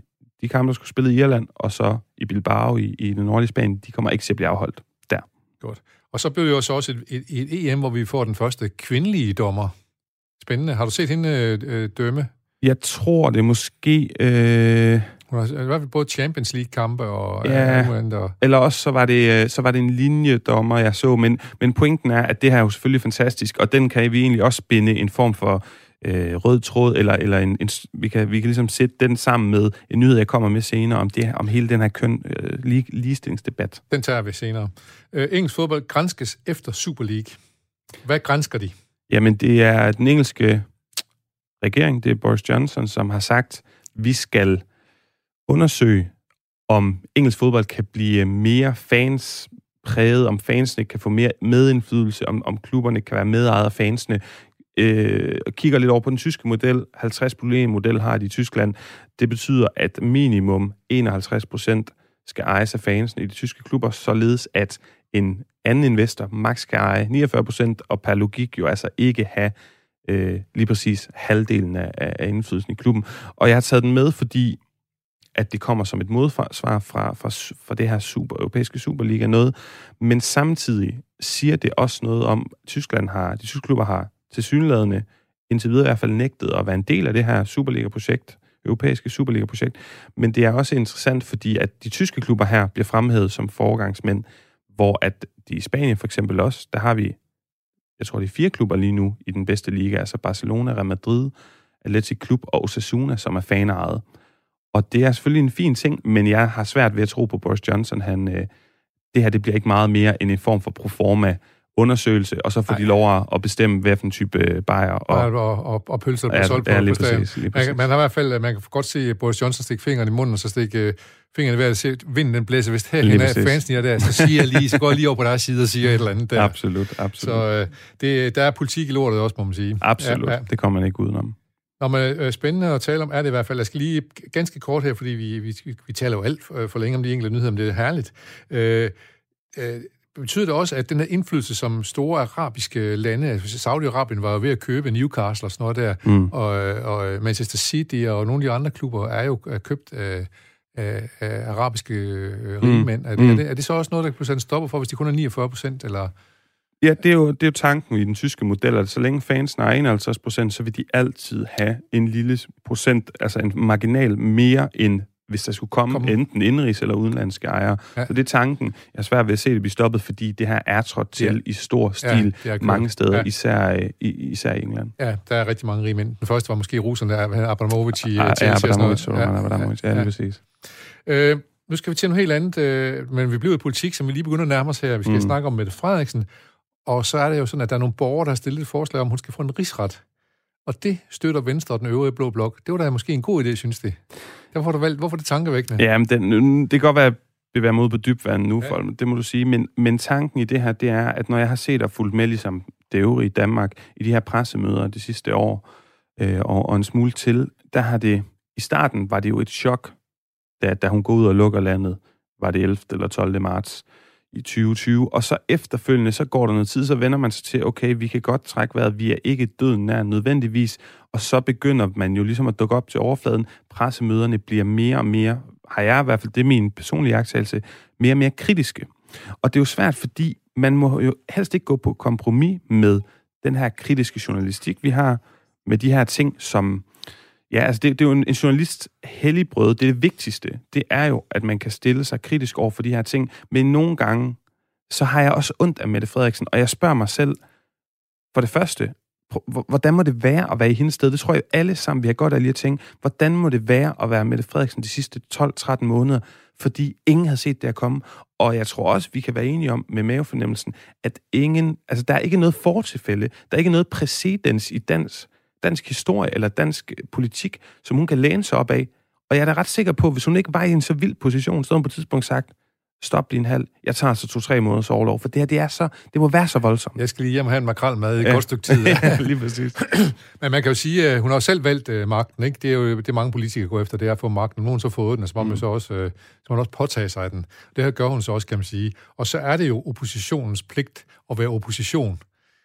[SPEAKER 2] de kampe, der skulle spille i Irland, og så i Bilbao i, i den nordlige Spanien, de kommer ikke til at blive afholdt der.
[SPEAKER 1] Godt. Og så blev det jo så også et, et, et E M, hvor vi får den første kvindelige dommer. Spændende. Har du set hende øh, dømme?
[SPEAKER 2] Jeg tror, det er måske... Øh...
[SPEAKER 1] Hun har i hvert fald både Champions League-kampe og...
[SPEAKER 2] Ja,
[SPEAKER 1] øh, og...
[SPEAKER 2] eller også så var, det, så var det en linjedommer, jeg så, men, men pointen er, at det her er jo selvfølgelig fantastisk, og den kan vi egentlig også binde en form for øh, rød tråd, eller, eller en, en, vi, kan, vi kan ligesom sætte den sammen med en nyhed, jeg kommer med senere, om, det, om hele den her køn øh, lig, ligestillingsdebat.
[SPEAKER 1] Den tager vi senere. Øh, engelsk fodbold granskes efter Super League. Hvad gransker de?
[SPEAKER 2] Jamen, det er den engelske regering, det er Boris Johnson, som har sagt, vi skal undersøge, om engelsk fodbold kan blive mere fans præget, om fansene kan få mere medindflydelse, om, om klubberne kan være medejet af fansene. Øh, kigger lidt over på den tyske model. halvtreds model har de i Tyskland. Det betyder, at minimum enoghalvtreds procent skal ejes af fansene i de tyske klubber, således at en anden investor max skal eje niogfyrre procent, og per logik jo altså ikke have øh, lige præcis halvdelen af, af indflydelsen i klubben. Og jeg har taget den med, fordi at det kommer som et modsvar fra, fra, fra det her super, europæiske Superliga noget, men samtidig siger det også noget om, at Tyskland har, de tyske klubber har tilsyneladende indtil videre i hvert fald nægtet at være en del af det her Superliga-projekt, europæiske Superliga-projekt, men det er også interessant, fordi at de tyske klubber her bliver fremhævet som foregangsmænd, hvor at de i Spanien for eksempel også, der har vi, jeg tror, de fire klubber lige nu i den bedste liga, altså Barcelona, Real Madrid, Athletic Klub og Osasuna, som er fanejet. Og det er selvfølgelig en fin ting, men jeg har svært ved at tro på Boris Johnson. Han, øh, det her det bliver ikke meget mere end en form for proforma undersøgelse, og så får Ej. de lov at bestemme, hvilken type bajer og,
[SPEAKER 1] og, og, og pølser, der bliver
[SPEAKER 2] ja,
[SPEAKER 1] solgt
[SPEAKER 2] ja,
[SPEAKER 1] på, på
[SPEAKER 2] staden. Man,
[SPEAKER 1] man har i hvert fald, man kan godt se Boris Johnson stikke fingrene i munden, og så stikke uh, fingrene ved at se, vinden den blæser, hvis herhen er fansen der, så siger jeg lige, så går jeg lige over på deres side og siger et eller andet der.
[SPEAKER 2] Absolut, absolut.
[SPEAKER 1] Så uh, det, der er politik i lortet også, må man sige.
[SPEAKER 2] Absolut, ja, ja. Det kommer man ikke udenom.
[SPEAKER 1] Nå, men øh, spændende at tale om er det i hvert fald. Jeg skal lige ganske kort her, fordi vi, vi, vi taler jo alt for, for længe om de enkelte nyheder, men det er herligt. Øh, øh, betyder det også, at den her indflydelse, som store arabiske lande, altså Saudi-Arabien var jo ved at købe Newcastle og sådan noget der, mm. og, og Manchester City og nogle af de andre klubber er jo er købt af, af, af arabiske øh, rigmænd. Mm. Er, det, er, det, er det så også noget, der kan sætte en stopper for, hvis de kun er niogfyrre procent, eller...
[SPEAKER 2] Ja, det er, jo, det er jo tanken i den tyske model, at så længe fansen er enoghalvtreds procent, så vil de altid have en lille procent, altså en marginal mere end hvis der skulle komme Kom. enten indrigs eller udenlandske ejere. Ja. Så det er tanken. Jeg er svært ved at se det blive stoppet, fordi det her er trådt til ja. i stor stil ja, mange steder, ja. især, i, især i England.
[SPEAKER 1] Ja, der er rigtig mange rige mænd. Den første var måske russerne, der Abramovic i
[SPEAKER 2] ja, Chelsea. Ja, Abramovic, ja, Abramovic, ja, ja, ja, præcis.
[SPEAKER 1] Øh, nu skal vi til noget helt andet, øh, men vi bliver i politik, som vi lige begynder at nærme os her. Vi skal mm. snakke om Mette Frederiksen. Og så er det jo sådan, at der er nogle borgere, der har stillet et forslag om, at hun skal få en rigsret. Og det støtter Venstre og den øvrige blå blok. Det var da måske en god idé, synes det. Derfor har du valgt, hvorfor er det tankevækkende?
[SPEAKER 2] Ja, men den, det kan godt være, at vi vil være ude på dybt vand nu, ja. for, det må du sige. Men, men tanken i det her, det er, at når jeg har set og fulgt med, ligesom det øvrige i Danmark, i de her pressemøder de sidste år, øh, og, og en smule til, der har det, i starten var det jo et chok, da, da hun går ud og lukker landet, var det ellevte eller tolvte marts i tyve tyve, og så efterfølgende, så går der noget tid, så vender man sig til, okay, vi kan godt trække vejret, vi er ikke døden nær nødvendigvis, og så begynder man jo ligesom at dukke op til overfladen. Pressemøderne bliver mere og mere, har jeg i hvert fald, det er min personlige iagttagelse, mere og mere kritiske. Og det er jo svært, fordi man må jo helst ikke gå på kompromis med den her kritiske journalistik, vi har, med de her ting, som ja, altså det, det er jo en, en journalist helligbrød. Det er det vigtigste. Det er jo, at man kan stille sig kritisk over for de her ting. Men nogle gange, så har jeg også ondt af Mette Frederiksen, og jeg spørger mig selv, for det første, hvordan må det være at være i hendes sted? Det tror jeg alle sammen, vi har godt af lige at tænke, hvordan må det være at være Mette Frederiksen de sidste tolv tretten måneder, fordi ingen havde set det at komme. Og jeg tror også, vi kan være enige om med mavefornemmelsen, at ingen, altså der er ikke noget fortilfælde, der er ikke noget præcedens i dans dansk historie eller dansk politik, som hun kan læne sig op af. Og jeg er da ret sikker på, hvis hun ikke var i en så vild position, så havde hun på et tidspunkt sagt, stop lige en halv, jeg tager så to-tre måneders overlov, for det her, det er så, det må være så voldsomt.
[SPEAKER 1] Jeg skal lige hjem og have en makrelmad i et ja. godt stykke tid.
[SPEAKER 2] Ja, lige præcis.
[SPEAKER 1] Men man kan jo sige, at hun har jo selv valgt uh, magten, ikke? Det er jo det, mange politikere går efter, det er at få magten. Nogen så fået den, og så må man mm. så også, uh, så man også påtage sig den. Det her gør hun så også, kan man sige. Og så er det jo oppositionens pligt at være opposition.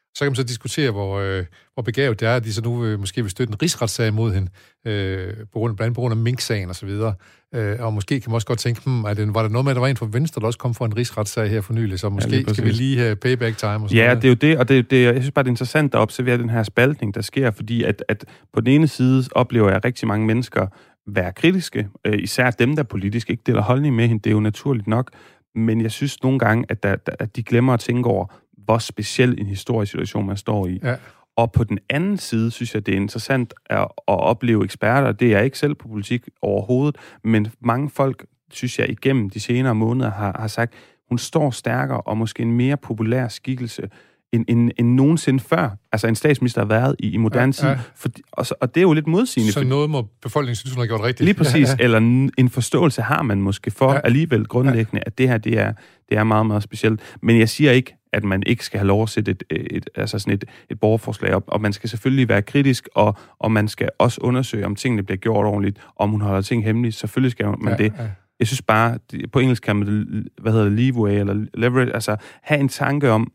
[SPEAKER 1] Så kan man så diskutere, hvor, øh, hvor begavet det er, at de så nu øh, måske vil støtte en rigsretssag mod hende, øh, på grund, blandt andet på grund af Mink-sagen og så videre. Øh, og måske kan man også godt tænke, hmm, at det, var der noget med, at der var en fra Venstre, der også kom for en rigsretssag her for nylig, så måske ja, skal vi lige have payback time og sådan
[SPEAKER 2] Ja,
[SPEAKER 1] noget.
[SPEAKER 2] det er jo det, og det, det, jeg synes bare, det er interessant at observere den her spaltning, der sker, fordi at, at på den ene side oplever jeg rigtig mange mennesker være kritiske, øh, især dem, der politisk ikke deler holdning med hende, det er jo naturligt nok, men jeg synes nogle gange, at, der, at de glemmer at tænke over, hvor speciel en historisk situation man står i.
[SPEAKER 1] Ja.
[SPEAKER 2] Og på den anden side, synes jeg, det er interessant at, at opleve eksperter. Det er jeg ikke selv på politik overhovedet, men mange folk, synes jeg, igennem de senere måneder har, har sagt, hun står stærkere og måske en mere populær skikkelse end, end, end nogensinde før. Altså en statsminister har været i, i moderne tid. Ja, ja. For, og, og det er jo lidt modsigende.
[SPEAKER 1] Så noget må befolkningen synes, hun har gjort rigtigt.
[SPEAKER 2] Lige præcis.
[SPEAKER 1] Ja, ja.
[SPEAKER 2] Eller en forståelse har man måske for ja. alligevel grundlæggende, at det her, det er, det er meget, meget specielt. Men jeg siger ikke, at man ikke skal have lov at sætte et, et, altså sådan et, et borgerforslag op, og man skal selvfølgelig være kritisk, og, og man skal også undersøge, om tingene bliver gjort ordentligt, om hun holder ting hemmeligt. Selvfølgelig skal man ja, det. Ja. Jeg synes bare, på engelsk kan man, hvad hedder det, leeway, eller leverage, altså have en tanke om,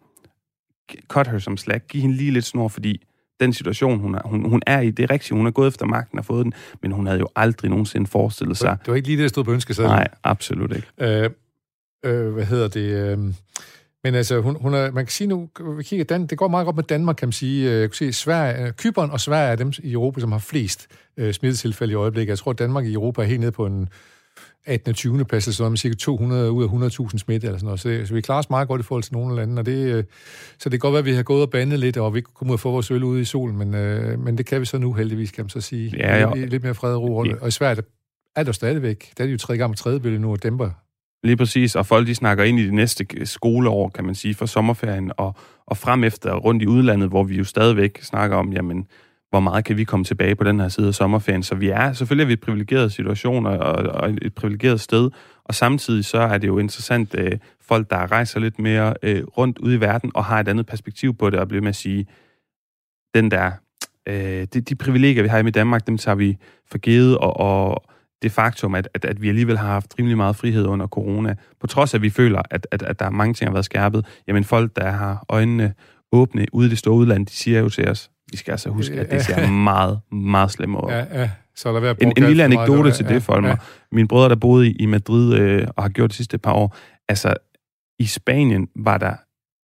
[SPEAKER 2] cut her som slack, give hende lige lidt snor, fordi den situation, hun er, hun, hun er i, det er rigtigt, hun er gået efter magten og fået den, men hun havde jo aldrig nogensinde forestillet sig.
[SPEAKER 1] Det var ikke lige det, der stod på ønskesedlen.
[SPEAKER 2] Nej, absolut ikke.
[SPEAKER 1] Øh, øh, hvad hedder det... Øh... Men altså, hun, hun er, man kan sige nu, vi kigger, Dan, det går meget godt med Danmark, kan man sige. Jeg kan se, Sverige, Cypern og Sverige er dem i Europa, som har flest øh, smittetilfælde i øjeblikket. Jeg tror, at Danmark i Europa er helt nede på en attende og tyvende plads, så er man cirka to hundrede ud af hundrede tusind smitte, eller sådan noget. Så, det, så vi klarer os meget godt i forhold til nogle lande, og det, øh, så det kan godt være, at vi har gået og bandet lidt, og vi ikke kommer ud og få vores øl ude i solen, men, øh, men det kan vi så nu heldigvis, kan man så sige.
[SPEAKER 2] Ja, ja.
[SPEAKER 1] Lidt, lidt mere fred og ro. Og i Sverige er der stadigvæk, der er det jo tredje gang med tredje bølge nu, og dæmper.
[SPEAKER 2] Lige præcis, og folk de snakker ind i det næste skoleår, kan man sige, for sommerferien, og, og frem efter rundt i udlandet, hvor vi jo stadigvæk snakker om, jamen, hvor meget kan vi komme tilbage på den her side af sommerferien. Så vi er, selvfølgelig er vi et privilegeret situation, og, og et privilegeret sted, og samtidig så er det jo interessant, øh, folk, der rejser lidt mere øh, rundt ude i verden, og har et andet perspektiv på det, og bliver med at sige, den der, øh, de, de privilegier, vi har i Danmark, dem tager vi for givet, og, og det faktum, at, at, at vi alligevel har haft rimelig meget frihed under corona, på trods af, at vi føler, at, at, at der er mange ting, der har været skærpet, jamen folk, der har øjnene åbne ude i det store udland, de siger jo til os, vi skal altså huske, at det ser meget, meget slemt ud.
[SPEAKER 1] Ja, ja. Så der være
[SPEAKER 2] en, en lille anekdote
[SPEAKER 1] meget,
[SPEAKER 2] til
[SPEAKER 1] ja,
[SPEAKER 2] det, Folmer.
[SPEAKER 1] Ja.
[SPEAKER 2] Min brødre, der boede i, i Madrid øh, og har gjort det sidste par år, altså i Spanien var der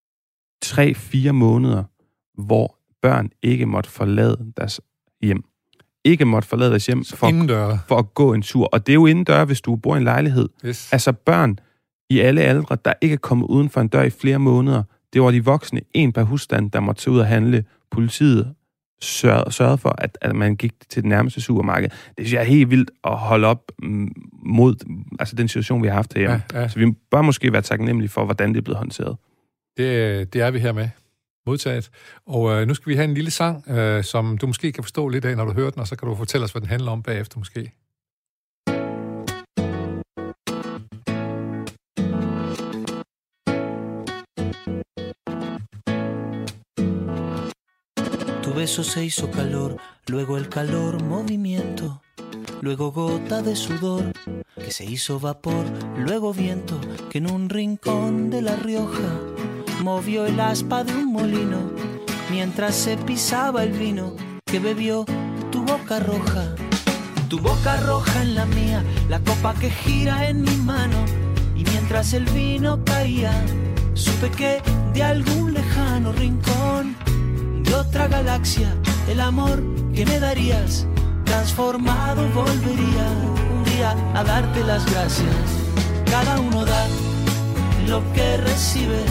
[SPEAKER 2] tre-fire måneder, hvor børn ikke måtte forlade deres hjem. Ikke måtte forlade deres hjem for, for at gå en tur. Og det er jo indendør, hvis du bor i en lejlighed.
[SPEAKER 1] Yes.
[SPEAKER 2] Altså børn i alle aldre, der ikke er kommet uden for en dør i flere måneder, det var de voksne, en per husstand, der måtte tage ud og handle. Politiet sørgede, sørgede for, at, at man gik til det nærmeste supermarked. Det synes jeg er helt vildt at holde op mod altså den situation, vi har haft herhjemme. Ja, ja. Så vi bør måske være taknemmelige for, hvordan det er blevet håndteret.
[SPEAKER 1] Det, det er vi her med. Modtaget. Og øh, nu skal vi have en lille sang, øh, som du måske kan forstå lidt af, når du hører den, og så kan du fortælle os, hvad den handler om bagefter måske.
[SPEAKER 4] Tu beso se hizo calor, luego el calor movimiento, luego gota de sudor que se hizo vapor, luego viento que en un rincón de La Rioja movió el aspa de un molino mientras se pisaba el vino que bebió tu boca roja. Tu boca roja en la mía, la copa que gira en mi mano, y mientras el vino caía, supe que de algún lejano rincón de otra galaxia, el amor que me darías transformado volvería un día a darte las gracias. Cada uno da lo que recibe,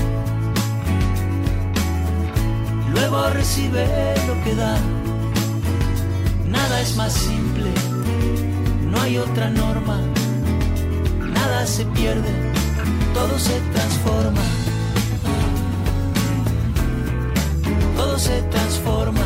[SPEAKER 4] luego recibe lo que da. Nada es más simple, no hay otra norma. Nada se pierde, todo se transforma. Todo se transforma.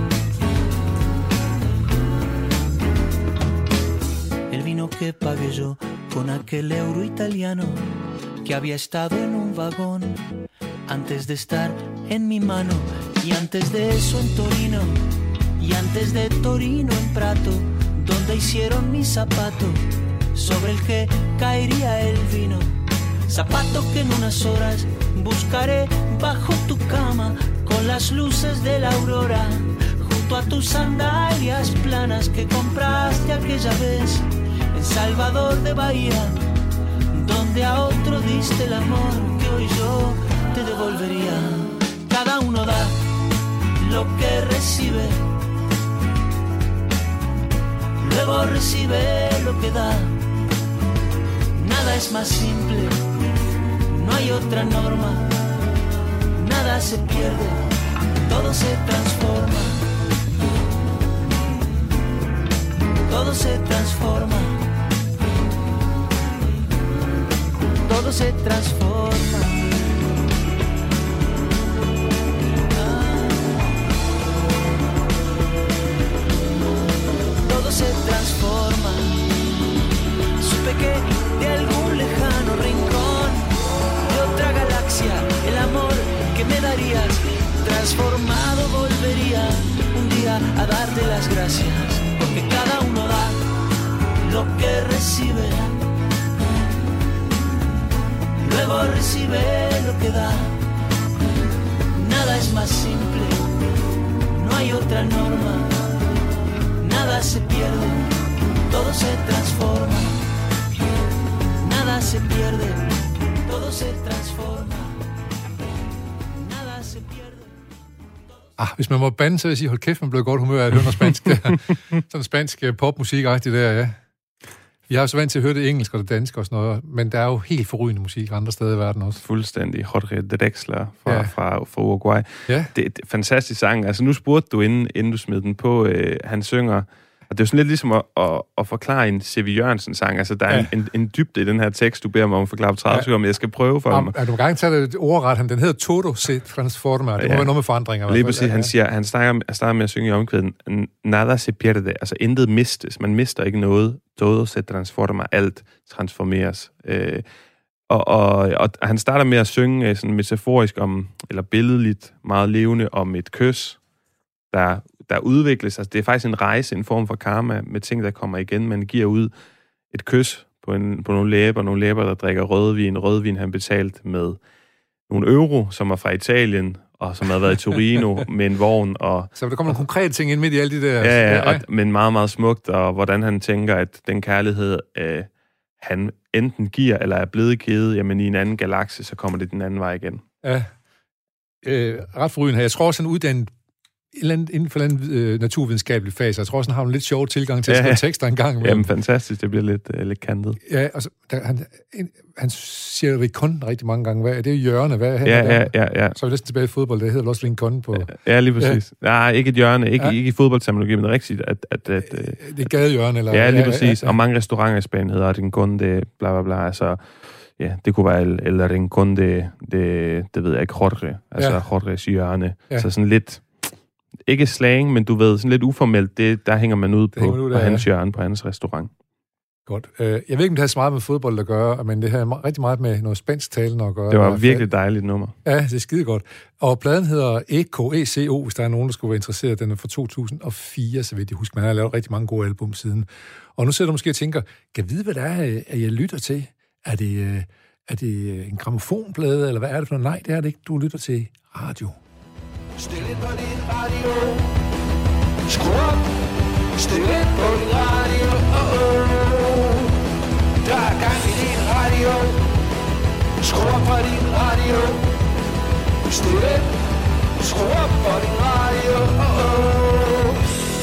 [SPEAKER 4] El vino que pagué yo con aquel euro italiano que había estado en un vagón antes de estar en mi mano, y antes de eso en Torino, y antes de Torino en Prato, donde hicieron mi zapato sobre el que caería el vino. Zapato que en unas horas buscaré bajo tu cama, con las luces de la aurora, junto a tus sandalias planas que compraste aquella vez en Salvador de Bahía, donde a otro diste el amor que hoy yo te devolvería. Cada uno da lo que recibe, luego recibe lo que da. Nada es más simple, no hay otra norma. Nada se pierde, todo se transforma. Todo se transforma. Todo se transforma. Ah. Todo se transforma. Supe que de algún lejano rincón de otra galaxia el amor que me darías transformado volvería un día a darte las gracias, porque cada uno da lo que recibe, luego recibe lo que da. Nada es más simple, no hay otra norma. Nada se pierde, todo se transforma. Nada se pierde, todo se transforma. Nada se pierde.
[SPEAKER 1] Ah, hvis man må bande, så vil jeg sige, hold kæft, man blev godt humør af at høre noget spansk der. Sådan spansk popmusik-agtigt der, ja. Vi har jo så vant til at høre det engelsk og det danske og sådan noget, men der er jo helt forrygende musik andre steder i verden også.
[SPEAKER 2] Fuldstændig. Jorge Drexler fra,
[SPEAKER 1] Ja.
[SPEAKER 2] fra, fra Uruguay.
[SPEAKER 1] Ja.
[SPEAKER 2] Det er en fantastisk sang. Altså, nu spurgte du, inden, inden du smed den på, øh, han synger, og det er jo sådan lidt ligesom at, at, at forklare en C V. Jørgensen-sang. Altså, der er
[SPEAKER 1] Ja.
[SPEAKER 2] en, en, en dybde i den her tekst, du beder mig om at forklare på tredive
[SPEAKER 1] Ja.
[SPEAKER 2] sekunder, men jeg skal prøve for
[SPEAKER 1] Om,
[SPEAKER 2] ham.
[SPEAKER 1] er du gang til at tage det ordret? Han- Den hedder Todo se transforma. Det må
[SPEAKER 2] Ja.
[SPEAKER 1] være noget med forandringer. i
[SPEAKER 2] Lige
[SPEAKER 1] hvert fald.
[SPEAKER 2] præcis, han siger, han starter, starter med at synge i omkvæden, nada se pierde, altså intet mistes, man mister ikke noget, todo se transforma, alt transformeres. Øh, og, og, og han starter med at synge øh, sådan metaforisk om, eller billedligt, meget levende om et kys, der, der udvikles. Altså det er faktisk en rejse, en form for karma, med ting, der kommer igen. Man giver ud et kys på, en, på nogle læber, nogle læber, der drikker rødvin. Rødvin han betalt med nogle euro, som er fra Italien, og som havde været i Torino med en vogn. Og,
[SPEAKER 1] Så der kommer nogle konkrete ting ind midt i alle de der...
[SPEAKER 2] ja, ja, og, men meget, meget smukt, og hvordan han tænker, at den kærlighed, øh, han enten giver, eller er blevet givet, jamen i en anden galakse, så kommer det den anden vej igen.
[SPEAKER 1] ja. Øh, ret forrygende her. Jeg tror også, han er uddannet et eller andet, inden for en eller anden øh, naturvidenskabelig fase. Jeg tror også, han har en lidt sjov tilgang til at
[SPEAKER 2] Ja.
[SPEAKER 1] skrive tekster en gang imellem.
[SPEAKER 2] Jamen fantastisk, det bliver lidt, øh, lidt kantet.
[SPEAKER 1] Ja, altså, der, han, en, han siger Rincon rigtig mange gange. Hvad, det er hjørne. Hvad er
[SPEAKER 2] Ja,
[SPEAKER 1] der?
[SPEAKER 2] ja, ja, ja.
[SPEAKER 1] Så er vi næsten tilbage i fodbold. Det hedder vel også Rincon på...
[SPEAKER 2] Ja, lige præcis. Ja. Nej, ikke et hjørne, ikke,
[SPEAKER 1] Ja.
[SPEAKER 2] ikke i fodboldterminologi, men rigtigt, at... at, at øh,
[SPEAKER 1] Det er gadehjørne, eller...
[SPEAKER 2] ja, lige præcis.
[SPEAKER 1] Ja, ja,
[SPEAKER 2] Og mange restauranter i Spanien hedder Rincon de bla bla bla, altså... Ja, det kunne være el, el Rincon de, de, det ved jeg ikke, Jorge, altså
[SPEAKER 1] Ja.
[SPEAKER 2] ja. Jorges hjørne.
[SPEAKER 1] Ja.
[SPEAKER 2] Ja. Så sådan lidt... Ikke slang, men du ved, sådan lidt uformelt, det, der hænger man ud på,
[SPEAKER 1] hænger man ud
[SPEAKER 2] på
[SPEAKER 1] der,
[SPEAKER 2] hans
[SPEAKER 1] ja.
[SPEAKER 2] hjørne, på hans restaurant.
[SPEAKER 1] Godt. Øh, Jeg ved ikke, om det har så meget med fodbold at gøre, men det har me- rigtig meget med noget spansk talende at gøre.
[SPEAKER 2] Det
[SPEAKER 1] i
[SPEAKER 2] var
[SPEAKER 1] hvert fald.
[SPEAKER 2] virkelig dejligt nummer.
[SPEAKER 1] Ja, det er skide godt. Og pladen hedder E K E C O, hvis der er nogen, der skulle være interesseret. Den er fra to tusind og fire, så vidt jeg husker. Man har lavet rigtig mange gode album siden. Og nu sidder du måske og tænker, kan jeg vide, hvad det er, at jeg lytter til? Er det, øh, er det en gramofonplade, eller hvad er det for noget? Nej, det er det ikke. Du lytter til radio.
[SPEAKER 3] Stil ind på din radio. Skru op. Stil ind på din radio. Oh, oh. Der er gang i din radio. Skru op på din radio. Stil ind. Skru op på din radio. Oh, oh.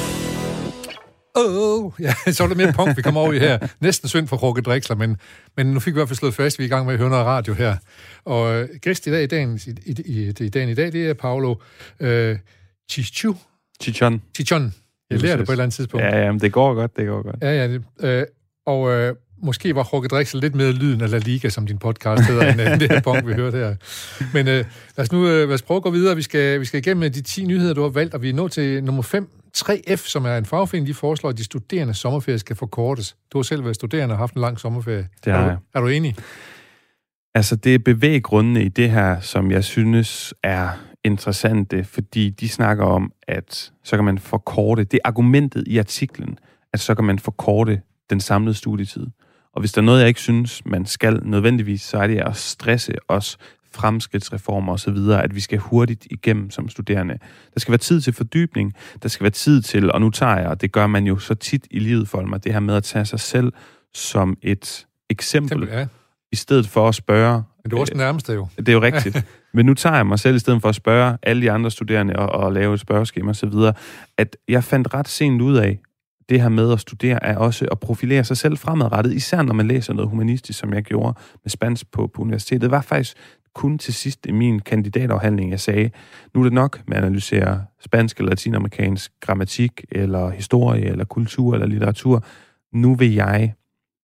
[SPEAKER 1] Åh, oh, ja, så er der mere punk, vi kommer over i her. Næsten synd for Jorge Drexler, men, men nu fik vi i hvert fald slået fast, at vi er i gang med at høre noget radio her. Og øh, gæst i dag, i dagen i, i, i, i, dagen i dag, det er Paolo øh, Chichu.
[SPEAKER 2] Chichon.
[SPEAKER 1] Chichon. Jeg lærer det på et eller andet tidspunkt.
[SPEAKER 2] Ja, ja, men det går godt, det går godt.
[SPEAKER 1] Ja, ja. Det, øh, og øh, måske var Jorge Drexler lidt mere lyden af La Liga, som din podcast hedder, end, end det her punk, vi hørte her. Men øh, lad os nu øh, lad os prøve at gå videre. Vi skal, vi skal igennem de ti nyheder, du har valgt, og vi er nået til nummer fem. tre F, som er en fagforening, de foreslår, at de studerendes sommerferie skal forkortes. Du har selv været studerende og haft en lang sommerferie.
[SPEAKER 2] Det har
[SPEAKER 1] er,
[SPEAKER 2] jeg.
[SPEAKER 1] du, er du enig?
[SPEAKER 2] Altså, det er bevæggrundene i det her, som jeg synes er interessante, fordi de snakker om, at så kan man forkorte, det er argumentet i artiklen, at så kan man forkorte den samlede studietid. Og hvis der er noget, jeg ikke synes, man skal nødvendigvis, så er det at stresse os fremskridtsreformer osv., at vi skal hurtigt igennem som studerende. Der skal være tid til fordybning, der skal være tid til, og nu tager jeg, og det gør man jo så tit i livet for mig, det her med at tage sig selv som et eksempel,
[SPEAKER 1] Eksempel, ja.
[SPEAKER 2] i stedet for at spørge...
[SPEAKER 1] Men du er også den nærmeste jo.
[SPEAKER 2] Det er jo rigtigt. Men nu tager jeg mig selv i stedet for at spørge alle de andre studerende og, og lave et spørgeskema og så videre, at jeg fandt ret sent ud af, det her med at studere er også at profilere sig selv fremadrettet, især når man læser noget humanistisk, som jeg gjorde med spansk på, på universitetet. Det var faktisk kun til sidst i min kandidatafhandling, jeg sagde, nu er det nok med at analysere spansk eller latinamerikansk grammatik, eller historie, eller kultur, eller litteratur. Nu vil jeg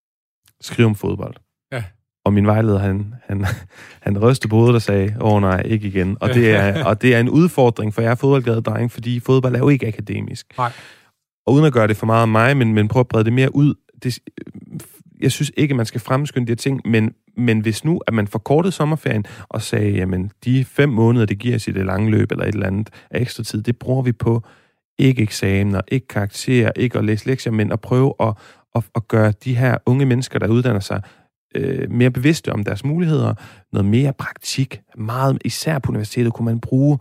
[SPEAKER 2] skrive om fodbold. Ja. Og min vejleder, han, han, han rystede på hovedet og sagde, åh nej, ikke igen. Og det er, og det er en udfordring, for jeg er fodboldglad dreng, fordi fodbold er jo ikke akademisk.
[SPEAKER 1] Nej.
[SPEAKER 2] Og uden at gøre det for meget af mig, men, men prøve at brede det mere ud. Det, jeg synes ikke, man skal fremskynde de her ting, men, men hvis nu, at man forkortede sommerferien og sagde, jamen, de fem måneder, det giver os i det lange løb eller et eller andet af ekstra tid, det bruger vi på ikke eksamener, ikke karakterer, ikke at læse lektier, men at prøve at, at, at gøre de her unge mennesker, der uddanner sig, øh, mere bevidste om deres muligheder, noget mere praktik. Meget, især på universitetet kunne man bruge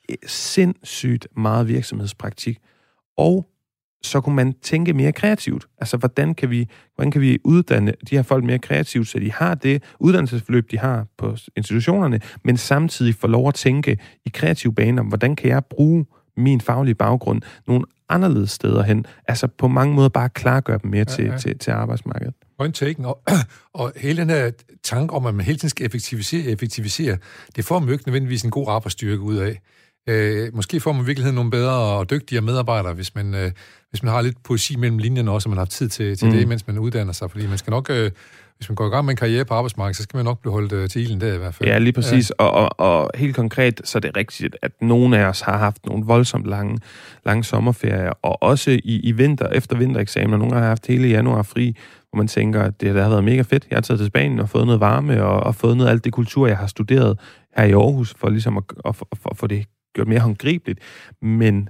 [SPEAKER 2] sindssygt meget virksomhedspraktik, og så kunne man tænke mere kreativt. Altså, hvordan kan vi, hvordan kan vi uddanne de her folk mere kreativt, så de har det uddannelsesforløb, de har på institutionerne, men samtidig får lov at tænke i kreative baner, hvordan kan jeg bruge min faglige baggrund nogle anderledes steder hen, altså på mange måder bare klargøre dem mere til, ja, ja. til, til arbejdsmarkedet.
[SPEAKER 1] Point taken, og, og hele den her tanke om, at man hele tiden skal effektivisere, effektivisere, det får man jo ikke nødvendigvis en god arbejdsstyrke ud af. Øh, måske får man i virkeligheden nogle bedre og dygtigere medarbejdere, hvis man, øh, hvis man har lidt poesi mellem linjerne også, og man har tid til, til mm. det, mens man uddanner sig. Fordi man skal nok, øh, hvis man går i gang med en karriere på arbejdsmarkedet, så skal man nok blive holdt øh, til ilden der i hvert fald.
[SPEAKER 2] Ja, lige præcis. Ja. Og, og, og helt konkret, så er det rigtigt, at nogle af os har haft nogle voldsomt lange, lange sommerferier, og også i, i vinter, efter vintereksamener, nogle har haft hele januar fri, hvor man tænker, at det har været mega fedt. Jeg har taget til Spanien og fået noget varme, og, og fået noget af alt det kultur, jeg har studeret her i Aarhus, for ligesom at, at, at, at få det gjort mere håndgribeligt, men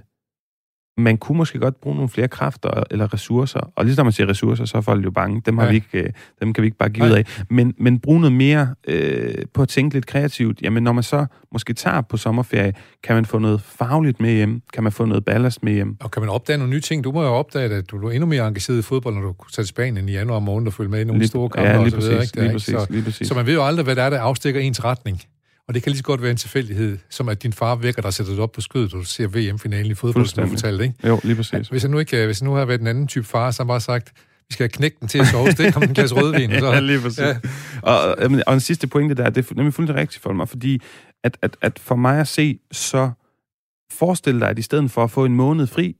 [SPEAKER 2] man kunne måske godt bruge nogle flere kræfter eller ressourcer, og lige når man siger ressourcer, så er folk jo bange, dem, har ja. vi ikke, dem kan vi ikke bare give ud af, men, men bruge noget mere øh, på at tænke lidt kreativt. Jamen, når man så måske tager på sommerferie, kan man få noget fagligt med hjem, kan man få noget ballast med hjem.
[SPEAKER 1] Og kan man opdage nogle nye ting? Du må jo opdage, at du er endnu mere engageret i fodbold, når du tager til Spanien i januar måned og følger med i nogle lige, store kampe
[SPEAKER 2] ja,
[SPEAKER 1] og
[SPEAKER 2] så videre. Ikke? Lige præcis,
[SPEAKER 1] så,
[SPEAKER 2] lige præcis.
[SPEAKER 1] Så man ved jo aldrig, hvad det er, der afstikker ens retning. Og det kan lige så godt være en tilfældighed, som at din far vækker dig og sætter dig op på skødet, og du ser V M-finalen i fodbold, som du fortalte, ikke?
[SPEAKER 2] Jo, lige præcis.
[SPEAKER 1] Hvis jeg nu ikke, hvis jeg nu havde været en anden type far, så har bare sagt, vi skal have knægt den til at sove, det kommer en glas rødvin. Så.
[SPEAKER 2] Ja, lige præcis. Ja. Og, og en sidste pointe der, det er nemlig fuldstændig rigtigt for mig, fordi at, at, at for mig at se, så forestil dig, at i stedet for at få en måned fri,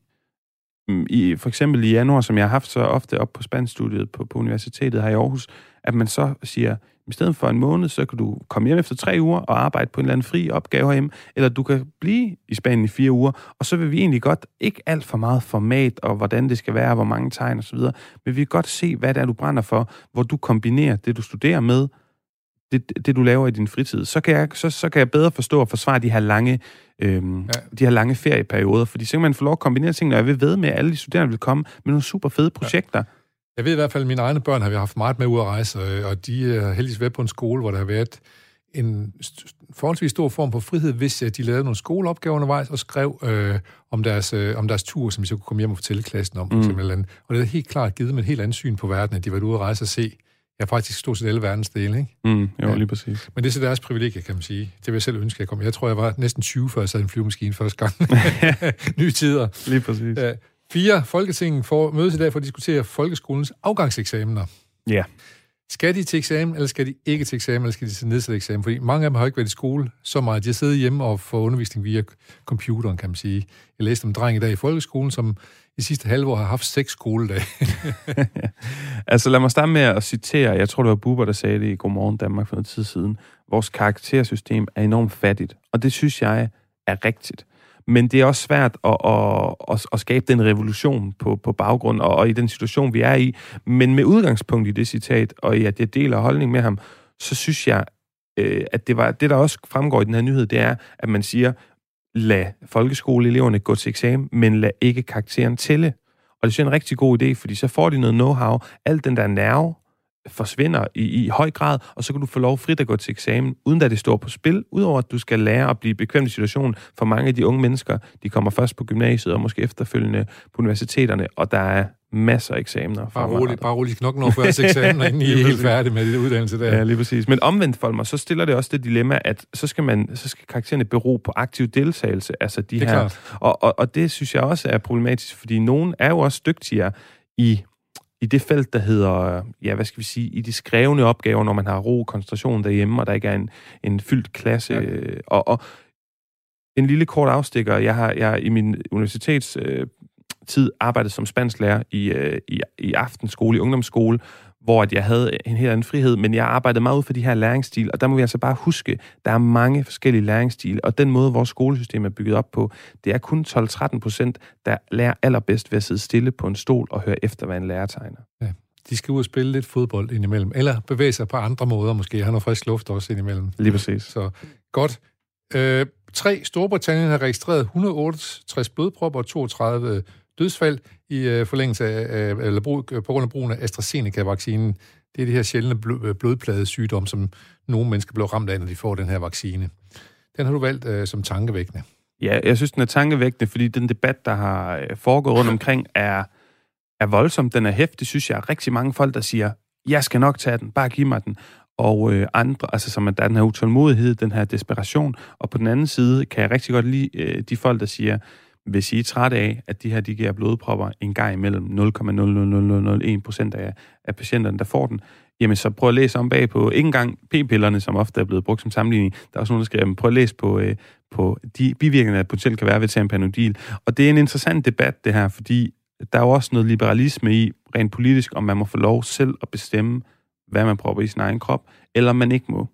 [SPEAKER 2] i, for eksempel i januar, som jeg har haft så ofte op på spanskstudiet på, på universitetet her i Aarhus, at man så siger, i stedet for en måned, så kan du komme hjem efter tre uger og arbejde på en eller anden fri opgave herhjemme, eller du kan blive i Spanien i fire uger, og så vil vi egentlig godt, ikke alt for meget format, og hvordan det skal være, hvor mange tegn osv., men vi vil godt se, hvad det er, du brænder for, hvor du kombinerer det, du studerer med, det, det du laver i din fritid. Så kan jeg, så, så kan jeg bedre forstå og forsvare de her lange, øhm, ja. de her lange ferieperioder, fordi så kan man få lov at kombinere tingene, og jeg vil ved med, at alle de studerende vil komme med nogle super fede projekter. Ja.
[SPEAKER 1] Jeg ved i hvert fald, at mine egne børn har vi haft meget med ud at rejse, og de har heldigvis været på en skole, hvor der har været en forholdsvis stor form for frihed, hvis de lavede nogle skoleopgaver undervejs og skrev øh, om, deres, øh, om deres tur, som vi så kunne komme hjem og fortælle klassen om, for eksempel. Mm. Eller andet. Og det er helt klart givet med et helt andet syn på verden, at de har været ude at rejse og se. Jeg har faktisk stort set alle verdens dele, ikke?
[SPEAKER 2] Mm, jo, ja. Lige præcis.
[SPEAKER 1] Men det er så deres privilegie, kan man sige. Det vil jeg selv ønske, at jeg kom. Jeg tror, jeg var næsten tyve, før jeg sad i en flyvemaskine første gang. Nye tider.
[SPEAKER 2] Lige præcis.
[SPEAKER 1] Ja. Fire, Folketinget får mødes i dag for at diskutere folkeskolens afgangseksamener.
[SPEAKER 2] Ja.
[SPEAKER 1] Skal de til eksamen, eller skal de ikke til eksamen, eller skal de til nedsat eksamen? Fordi mange af dem har ikke været i skole så meget. De har siddet hjemme og fået undervisning via computeren, kan man sige. Jeg læste om en dreng i dag i folkeskolen, som i sidste halvår har haft seks skoledage.
[SPEAKER 2] Altså lad mig starte med at citere, jeg tror det var Bubber, der sagde det i Godmorgen Danmark for noget tid siden. Vores karaktersystem er enormt fattigt, og det synes jeg er rigtigt. Men det er også svært at, at, at, at skabe den revolution på, på baggrund og, og i den situation, vi er i. Men med udgangspunkt i det citat, og i at jeg deler holdning med ham, så synes jeg, øh, at det, var, det, der også fremgår i den her nyhed, det er, at man siger, lad folkeskoleeleverne gå til eksamen, men lad ikke karakteren tælle. Og det synes jeg er en rigtig god idé, fordi så får de noget know-how. Alt den der nerve, forsvinder i, i høj grad, og så kan du få lov frit at gå til eksamen, uden at det står på spil, udover at du skal lære at blive bekvemt i situationen. For mange af de unge mennesker, de kommer først på gymnasiet, og måske efterfølgende på universiteterne, og der er masser af eksamener.
[SPEAKER 1] Bare roligt, bare roligt. Nok når først eksamener, inden I er helt færdige med det uddannelse der.
[SPEAKER 2] Ja, lige præcis. Men omvendt, Folmer, så stiller det også det dilemma, at så skal, man, så skal karaktererne bero på aktiv deltagelse. Altså de
[SPEAKER 1] det er
[SPEAKER 2] her,
[SPEAKER 1] klart.
[SPEAKER 2] og, og, og det synes jeg også er problematisk, fordi nogen er jo også dygtigere i i det felt, der hedder, ja, hvad skal vi sige, i de skrevne opgaver, når man har ro og koncentration derhjemme, og der ikke er en, en fyldt klasse. Ja. Og, og en lille kort afstikker, jeg har jeg i min universitetstid øh, tid arbejdet som spansklærer i, øh, i, i aftenskole, i ungdomsskole, hvor at jeg havde en helt anden frihed, men jeg arbejdede meget ud for de her læringsstil, og der må vi altså bare huske, der er mange forskellige læringsstile, og den måde, vores skolesystem er bygget op på, det er kun tolv til tretten procent, der lærer allerbedst ved at sidde stille på en stol og høre efter, hvad en lærer tegner. Ja,
[SPEAKER 1] de skal ud og spille lidt fodbold indimellem, eller bevæge sig på andre måder, måske have noget frisk luft også indimellem.
[SPEAKER 2] Lige præcis.
[SPEAKER 1] Så godt. Øh, tre, Storbritannien har registreret et hundrede og otteogtres blodpropper og toogtredive dødsfald i øh, forlængelse af, eller brug, på grund af brugen af AstraZeneca-vaccinen. Det er de her sjældne blodpladesygdomme, som nogle mennesker bliver ramt af, når de får den her vaccine. Den har du valgt øh, som tankevækkende.
[SPEAKER 2] Ja, jeg synes, den er tankevækkende, fordi den debat, der har foregået rundt omkring, er, er voldsom. Den er hæftig, synes jeg. Rigtig mange folk, der siger, jeg skal nok tage den, bare giv mig den. Og øh, andre, altså som at der er den her utålmodighed, den her desperation. Og på den anden side kan jeg rigtig godt lide øh, de folk, der siger, hvis I er trætte af, at de her de giver blodpropper en gang imellem nul komma nul nul nul nul nul en procent af, af patienterne, der får den, jamen så prøv at læse om bag på, ikke engang p-pillerne, som ofte er blevet brugt som sammenligning, der er også nogen, der skriver, prøv at læse på, øh, på de bivirkninger, der potentielt kan være ved at tage en Panodil. Og det er en interessant debat, det her, fordi der er jo også noget liberalisme i, rent politisk, om man må få lov selv at bestemme, hvad man propper i sin egen krop, eller man ikke må.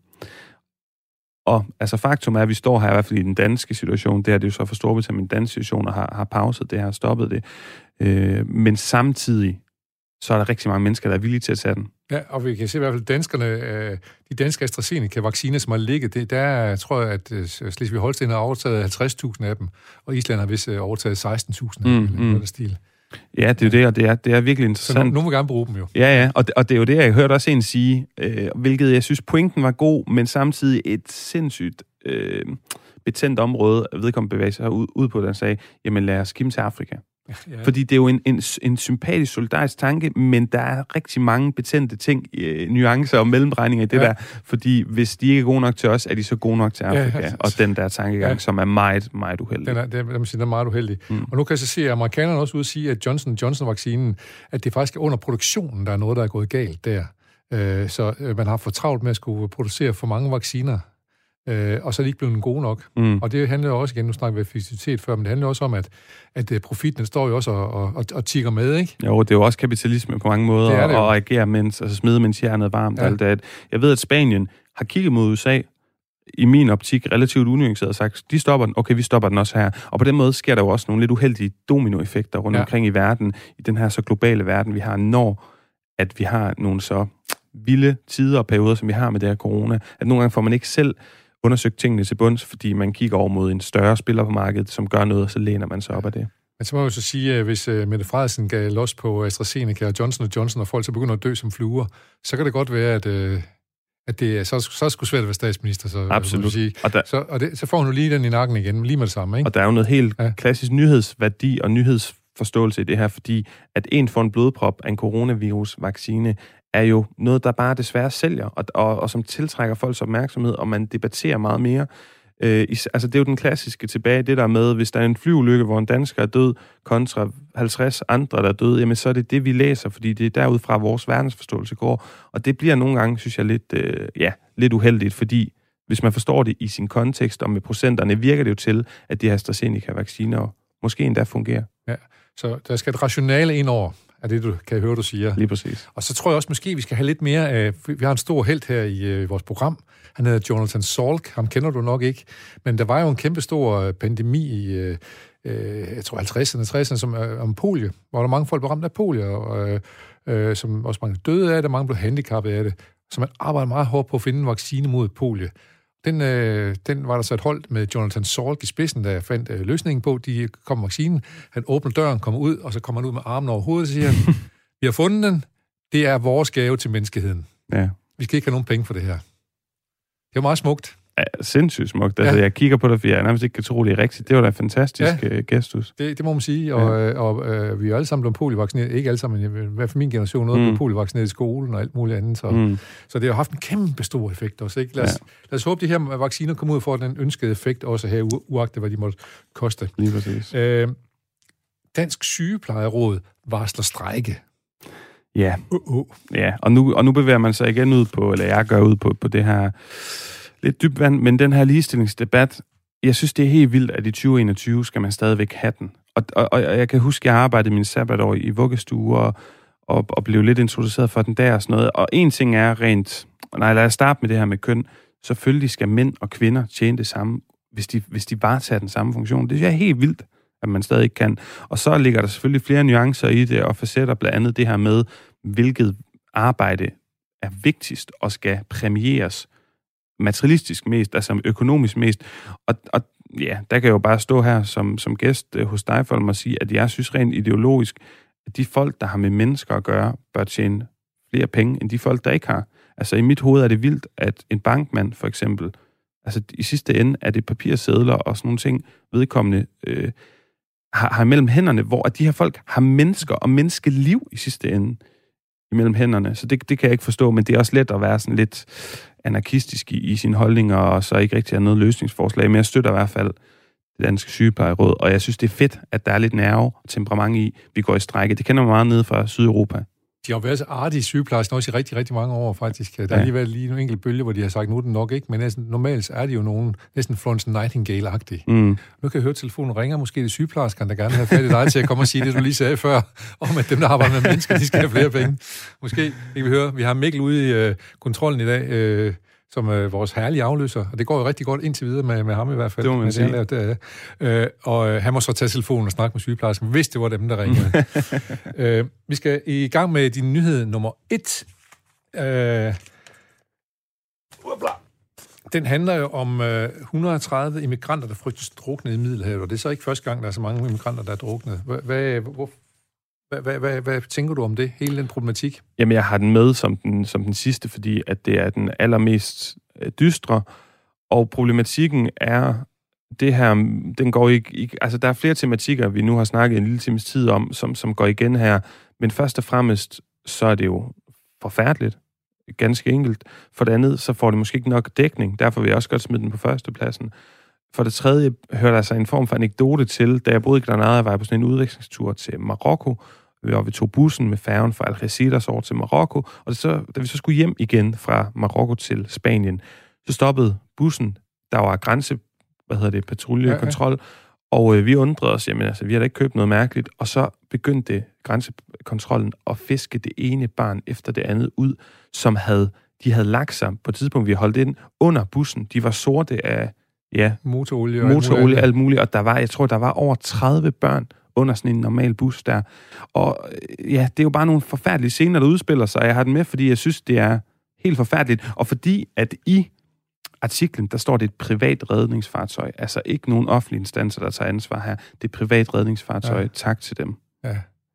[SPEAKER 2] Og altså faktum er, at vi står her i hvert fald i den danske situation, det er det jo så for Storbritannien, den danske situation, og har, har pauset det her, stoppet det. Øh, men samtidig, så er der rigtig mange mennesker, der er villige til at tage den.
[SPEAKER 1] Ja, og vi kan se i hvert fald danskerne, øh, de danske AstraZeneca-vacciner, som har ligget, det, der tror jeg, at øh, Slesvig-Holsten har overtaget halvtreds tusind af dem, og Island har vist øh, overtaget seksten tusind af dem, mm, eller mm. stil.
[SPEAKER 2] Ja, det er jo det, og det er, det er virkelig interessant.
[SPEAKER 1] Så nu må vi gerne bruge dem jo.
[SPEAKER 2] Ja, ja, og det, og det er jo det, jeg hørte også en sige, øh, hvilket jeg synes, pointen var god, men samtidig et sindssygt øh, betændt område, vedkommende bevæger sig ud, ud på, den sagde, jamen lad os give til Afrika. Ja. Fordi det er jo en, en, en sympatisk, solidarisk tanke, men der er rigtig mange betændte ting, øh, nuancer og mellemregninger i det ja. der, fordi hvis de ikke er gode nok til os, er de så gode nok til Afrika, ja, ja. og den der tankegang, ja. som er meget, meget uheldig. Den er, det er, man siger, den er meget uheldig. Mm. Og nu kan jeg så se, at amerikanerne også ud at sige, at Johnson and Johnson-vaccinen, at det faktisk er under produktionen, der er noget, der er gået galt der. Øh, så øh, man har for travlt med at skulle producere for mange vacciner, Øh, og så er de ikke blevet gode nok. Mm. Og det handler jo også, igen, nu snakker vi effektivitet før, men det handler også om, at, at profitten står jo også og, og, og tigger med, ikke? Jo, det er jo også kapitalisme på mange måder, det det og agere mens, altså smide, mens hjernet er varmt. Ja. Alt det. Jeg ved, at Spanien har kigget mod U S A, i min optik relativt unuanceret og sagt, de stopper den, okay, vi stopper den også her. Og på den måde sker der jo også nogle lidt uheldige dominoeffekter rundt ja. omkring i verden, i den her så globale verden, vi har, når at vi har nogle så vilde tider og perioder, som vi har med det her corona, at nogle gange får man ikke selv undersøgt tingene til bunds, fordi man kigger over mod en større spiller på markedet, som gør noget, og så læner man sig op af det.
[SPEAKER 1] Men så må jeg jo så sige, at hvis Mette Frederiksen gav los på AstraZeneca og Johnson and Johnson, og folk så begynder at dø som fluer, så kan det godt være, at, at det er så, så er det sgu svært at være statsminister. Så,
[SPEAKER 2] absolut.
[SPEAKER 1] Sige. Og, der, så, og det, så får hun jo lige den i nakken igen, lige med det samme, ikke?
[SPEAKER 2] Og der er jo noget helt ja. klassisk nyhedsværdi og nyhedsforståelse i det her, fordi at en får en blodprop af en coronavirus-vaccine, er jo noget, der bare desværre sælger, og, og, og som tiltrækker folks opmærksomhed, og man debatterer meget mere. Øh, is, altså, det er jo den klassiske tilbage, det der med, hvis der er en flyulykke, hvor en dansker er død, kontra halvtreds andre, der er døde, jamen så er det det, vi læser, fordi det er derudfra, vores verdensforståelse går. Og det bliver nogle gange, synes jeg, lidt, øh, ja, lidt uheldigt, fordi hvis man forstår det i sin kontekst, og med procenterne, virker det jo til, at de her AstraZeneca-vacciner måske endda fungerer.
[SPEAKER 1] Ja, så der skal et rationale ind over, er det, du kan høre, du siger.
[SPEAKER 2] Lige præcis.
[SPEAKER 1] Og så tror jeg også, måske vi skal have lidt mere af... Vi har en stor helt her i øh, vores program. Han hedder Jonathan Salk. Ham kender du nok ikke. Men der var jo en kæmpe stor pandemi i, øh, jeg tror, halvtredserne, tresserne, som, øh, om polio, hvor der mange folk blev ramt af polio, og, øh, som også mange døde af det, mange blev handicappet af det. Så man arbejder meget hårdt på at finde en vaccine mod polio. Den, øh, den var der så et hold med Jonathan Salk i spidsen, der fandt øh, løsningen på. De kom med vaccinen, han åbner døren, kommer ud, og så kommer han ud med armen over hovedet, og siger han, vi har fundet den, Det er vores gave til menneskeheden.
[SPEAKER 2] Ja.
[SPEAKER 1] Vi skal ikke have nogen penge for det her. Det er meget smukt.
[SPEAKER 2] Ja, sindssygt smukt. Altså, ja. Jeg kigger på det, fordi jeg nærmest ikke kan tro, det er rigtigt. Det var da en fantastisk ja. gestus.
[SPEAKER 1] Det, det må man sige, og, ja. og, og øh, vi er alle sammen blevet polivaccineret. Ikke alle sammen, men i hvert fald min generation, noget mm. blev polivaccineret i skolen og alt muligt andet. Så, mm. så det har haft en kæmpe stor effekt også. Ikke? Lad, os, ja. lad os håbe, at de her vacciner kommer ud og får den ønskede effekt også her, u- uagtet hvad de måtte koste.
[SPEAKER 2] Lige præcis.
[SPEAKER 1] Øh, Dansk Sygeplejeråd varsler strejke.
[SPEAKER 2] Ja.
[SPEAKER 1] Uh-uh.
[SPEAKER 2] Ja, og nu, og nu bevæger man sig igen ud på, eller jeg gør ud på, på det her lidt dybt vand, men den her ligestillingsdebat, jeg synes, det er helt vildt, at i tyve enogtyve skal man stadigvæk have den. Og, og, og jeg kan huske, at jeg arbejdede min sabbatår i vuggestue, og, og, og blev lidt introduceret for den der og sådan noget. Og en ting er rent, nej, lad os starte med det her med køn. Selvfølgelig skal mænd og kvinder tjene det samme, hvis de, hvis de varetager den samme funktion. Det synes jeg er helt vildt, at man stadig ikke kan. Og så ligger der selvfølgelig flere nuancer i det, og facetter blandt andet det her med, hvilket arbejde er vigtigst og skal præmieres materialistisk mest, altså økonomisk mest. Og, og ja, der kan jeg jo bare stå her som, som gæst hos dig, for at sige, at jeg synes rent ideologisk, at de folk, der har med mennesker at gøre, bør tjene flere penge, end de folk, der ikke har. Altså i mit hoved er det vildt, at en bankmand for eksempel, altså i sidste ende er det papirsedler og sådan nogle ting, vedkommende øh, har, har mellem hænderne, hvor at de her folk har mennesker og menneskeliv i sidste ende imellem hænderne. Så det, det kan jeg ikke forstå, men det er også let at være sådan lidt anarkistisk i, i sine holdninger, og så ikke rigtig have noget løsningsforslag, men jeg støtter i hvert fald det danske sygeplejeråd, og jeg synes, det er fedt, at der er lidt nerve og temperament i, vi går i strejke. Det kender man meget nede fra Sydeuropa.
[SPEAKER 1] De har været så artige sygeplejersker også i rigtig, rigtig mange år, faktisk. Der har ja. lige været lige nogle enkelte bølger, hvor de har sagt, nu er det nok ikke, men næsten, normalt er de jo nogen, næsten Florence Nightingale-agtige. Mm. Nu kan jeg høre, at telefonen ringer, måske det sygeplejerskerne, der gerne vil have fat i dig til at komme og sige det, du lige sagde før, om at dem, der arbejder med mennesker, de skal have flere penge. Måske, vi vil høre, vi har Mikkel ude i øh, kontrollen i dag, øh, som øh, vores herlige afløser, og det går jo rigtig godt indtil videre med, med ham i hvert fald.
[SPEAKER 2] Det må man sige.
[SPEAKER 1] Det, det, øh, og øh, han må så tage telefonen og snakke med sygeplejersken, hvis det var dem, der ringede. øh, vi skal i gang med din nyhed nummer et. Øh, den handler jo om øh, et hundrede og tredive immigranter, der frygtes druknet i Middelhavet, og det er så ikke første gang, der er så mange immigranter, der er druknet. Hvad, hvad, hvor, hvad, hvad, hvad, hvad tænker du om det, hele den problematik?
[SPEAKER 2] Jamen, jeg har den med som den, som den sidste, fordi at det er den allermest øh, dystre, og problematikken er det her, den går ikke, ikke, altså der er flere tematikker, vi nu har snakket en lille times tid om, som, som går igen her, men først og fremmest, så er det jo forfærdeligt, ganske enkelt. For det andet, så får det måske ikke nok dækning, derfor vil jeg også godt smide den på førstepladsen. For det tredje hører der sig en form for anekdote til, da jeg boede i Granada, jeg var på sådan en udvekslingstur til Marokko, og vi tog bussen med færgen fra Algeciras over til Marokko, og så, da vi så skulle hjem igen fra Marokko til Spanien, så stoppede bussen, der var grænse, hvad hedder det, patruljekontrol, ja, ja. Og øh, vi undrede os, jamen altså, vi har da ikke købt noget mærkeligt, og så begyndte grænsekontrollen at fiske det ene barn efter det andet ud, som havde, de havde lagt sig på et tidspunkt, vi holdt ind under bussen. De var sorte af, ja,
[SPEAKER 1] motorolie,
[SPEAKER 2] motorolie alt muligt, og der var, jeg tror, der var over tredive børn under sådan en normal bus der. Og ja, det er jo bare nogle forfærdelige scener, der udspiller sig. Jeg har den med, fordi jeg synes, det er helt forfærdeligt, og fordi at i artiklen, der står det et privat redningsfartøj. Altså ikke nogen offentlige instanser, der tager ansvar her. Det er et privat redningsfartøj. Ja. Tak til dem.
[SPEAKER 1] Ja.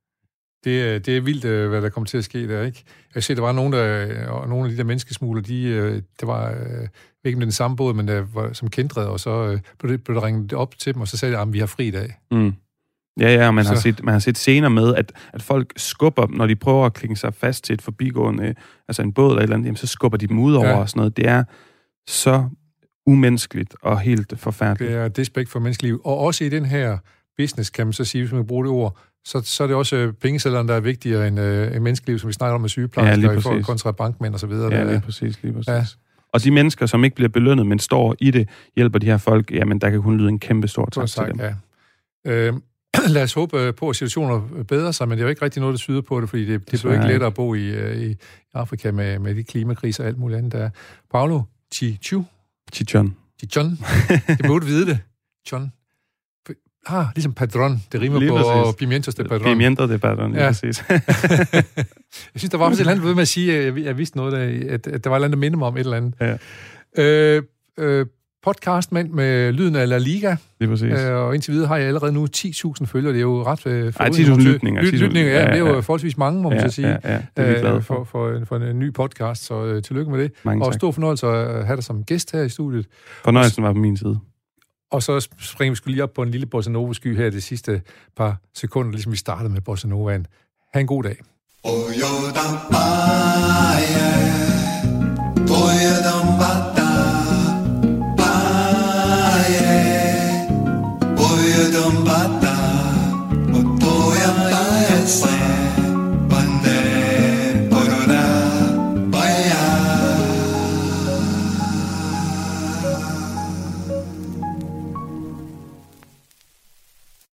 [SPEAKER 1] Det, det er vildt, hvad der kommer til at ske der, ikke? Jeg ser, der var nogen, der, og nogle af de der menneskesmugler, de, det var ikke med den samme båd, men der var som kendrede, og så blev det, blev det ringet op til dem, og så sagde de, at vi har fri i dag.
[SPEAKER 2] Mm. Ja, ja, man har, set, man har set scener med, at, at folk skubber, når de prøver at klinge sig fast til et forbigående, altså en båd eller et eller andet, jamen, så skubber de dem ud over ja. og sådan noget. Det er så umenneskeligt og helt forfærdeligt.
[SPEAKER 1] Det er despekt for menneskeliv. Og også i den her business, kan man så sige, hvis man bruger det ord, så, så er det også pengesedlerne, der er vigtigere end øh, menneskeliv, som vi snakker om med sygeplejersker, ja, for kontra bankmænd og så videre.
[SPEAKER 2] Ja, lige præcis, lige præcis. Ja. Og de mennesker, som ikke bliver belønnet, men står i det, hjælper de her folk, jamen der kan kun lyde en kæmpe stor tak til dem.
[SPEAKER 1] Ja. Øh, lad os håbe på, at situationer bedrer sig, men det er jo ikke rigtig noget, der syder på det, fordi det, det bliver ikke lettere at bo i, i Afrika med, med de klimakriser og alt muligt andet, der er. Paulo Chichu.
[SPEAKER 2] Chichon.
[SPEAKER 1] Chichon. Jeg burde vide det. John. Ah, ligesom padron. Det rimer lige på præcis. Pimientos de padron.
[SPEAKER 2] Pimientos de padron, ja, præcis.
[SPEAKER 1] Jeg synes, der var også et eller andet ved med at sige, at jeg, jeg vidste noget, der, at, at der var et eller andet, der minder mig om et eller andet. Ja. Øh, øh, podcast med, med lyden af La Liga.
[SPEAKER 2] Det er præcis.
[SPEAKER 1] Øh, og indtil videre har jeg allerede nu ti tusind følgere. Det er jo ret... Øh,
[SPEAKER 2] Ej, ti tusind lytninger.
[SPEAKER 1] Lyt, lytninger, ja, ja, ja. Det er jo forholdsvis mange, må man
[SPEAKER 2] ja,
[SPEAKER 1] så sige.
[SPEAKER 2] Ja, ja, det er vi glade
[SPEAKER 1] for. For, for, en, for en ny podcast, så øh, tillykke med det.
[SPEAKER 2] Mange
[SPEAKER 1] og
[SPEAKER 2] tak.
[SPEAKER 1] Stor fornøjelse at have dig som gæst her i studiet.
[SPEAKER 2] Fornøjelsen var på min side.
[SPEAKER 1] Og så springer vi sgu lige op på en lille Bossa Nova-sky her de sidste par sekunder, ligesom vi startede med Bossa Novaen. Ha' en god dag. Oh,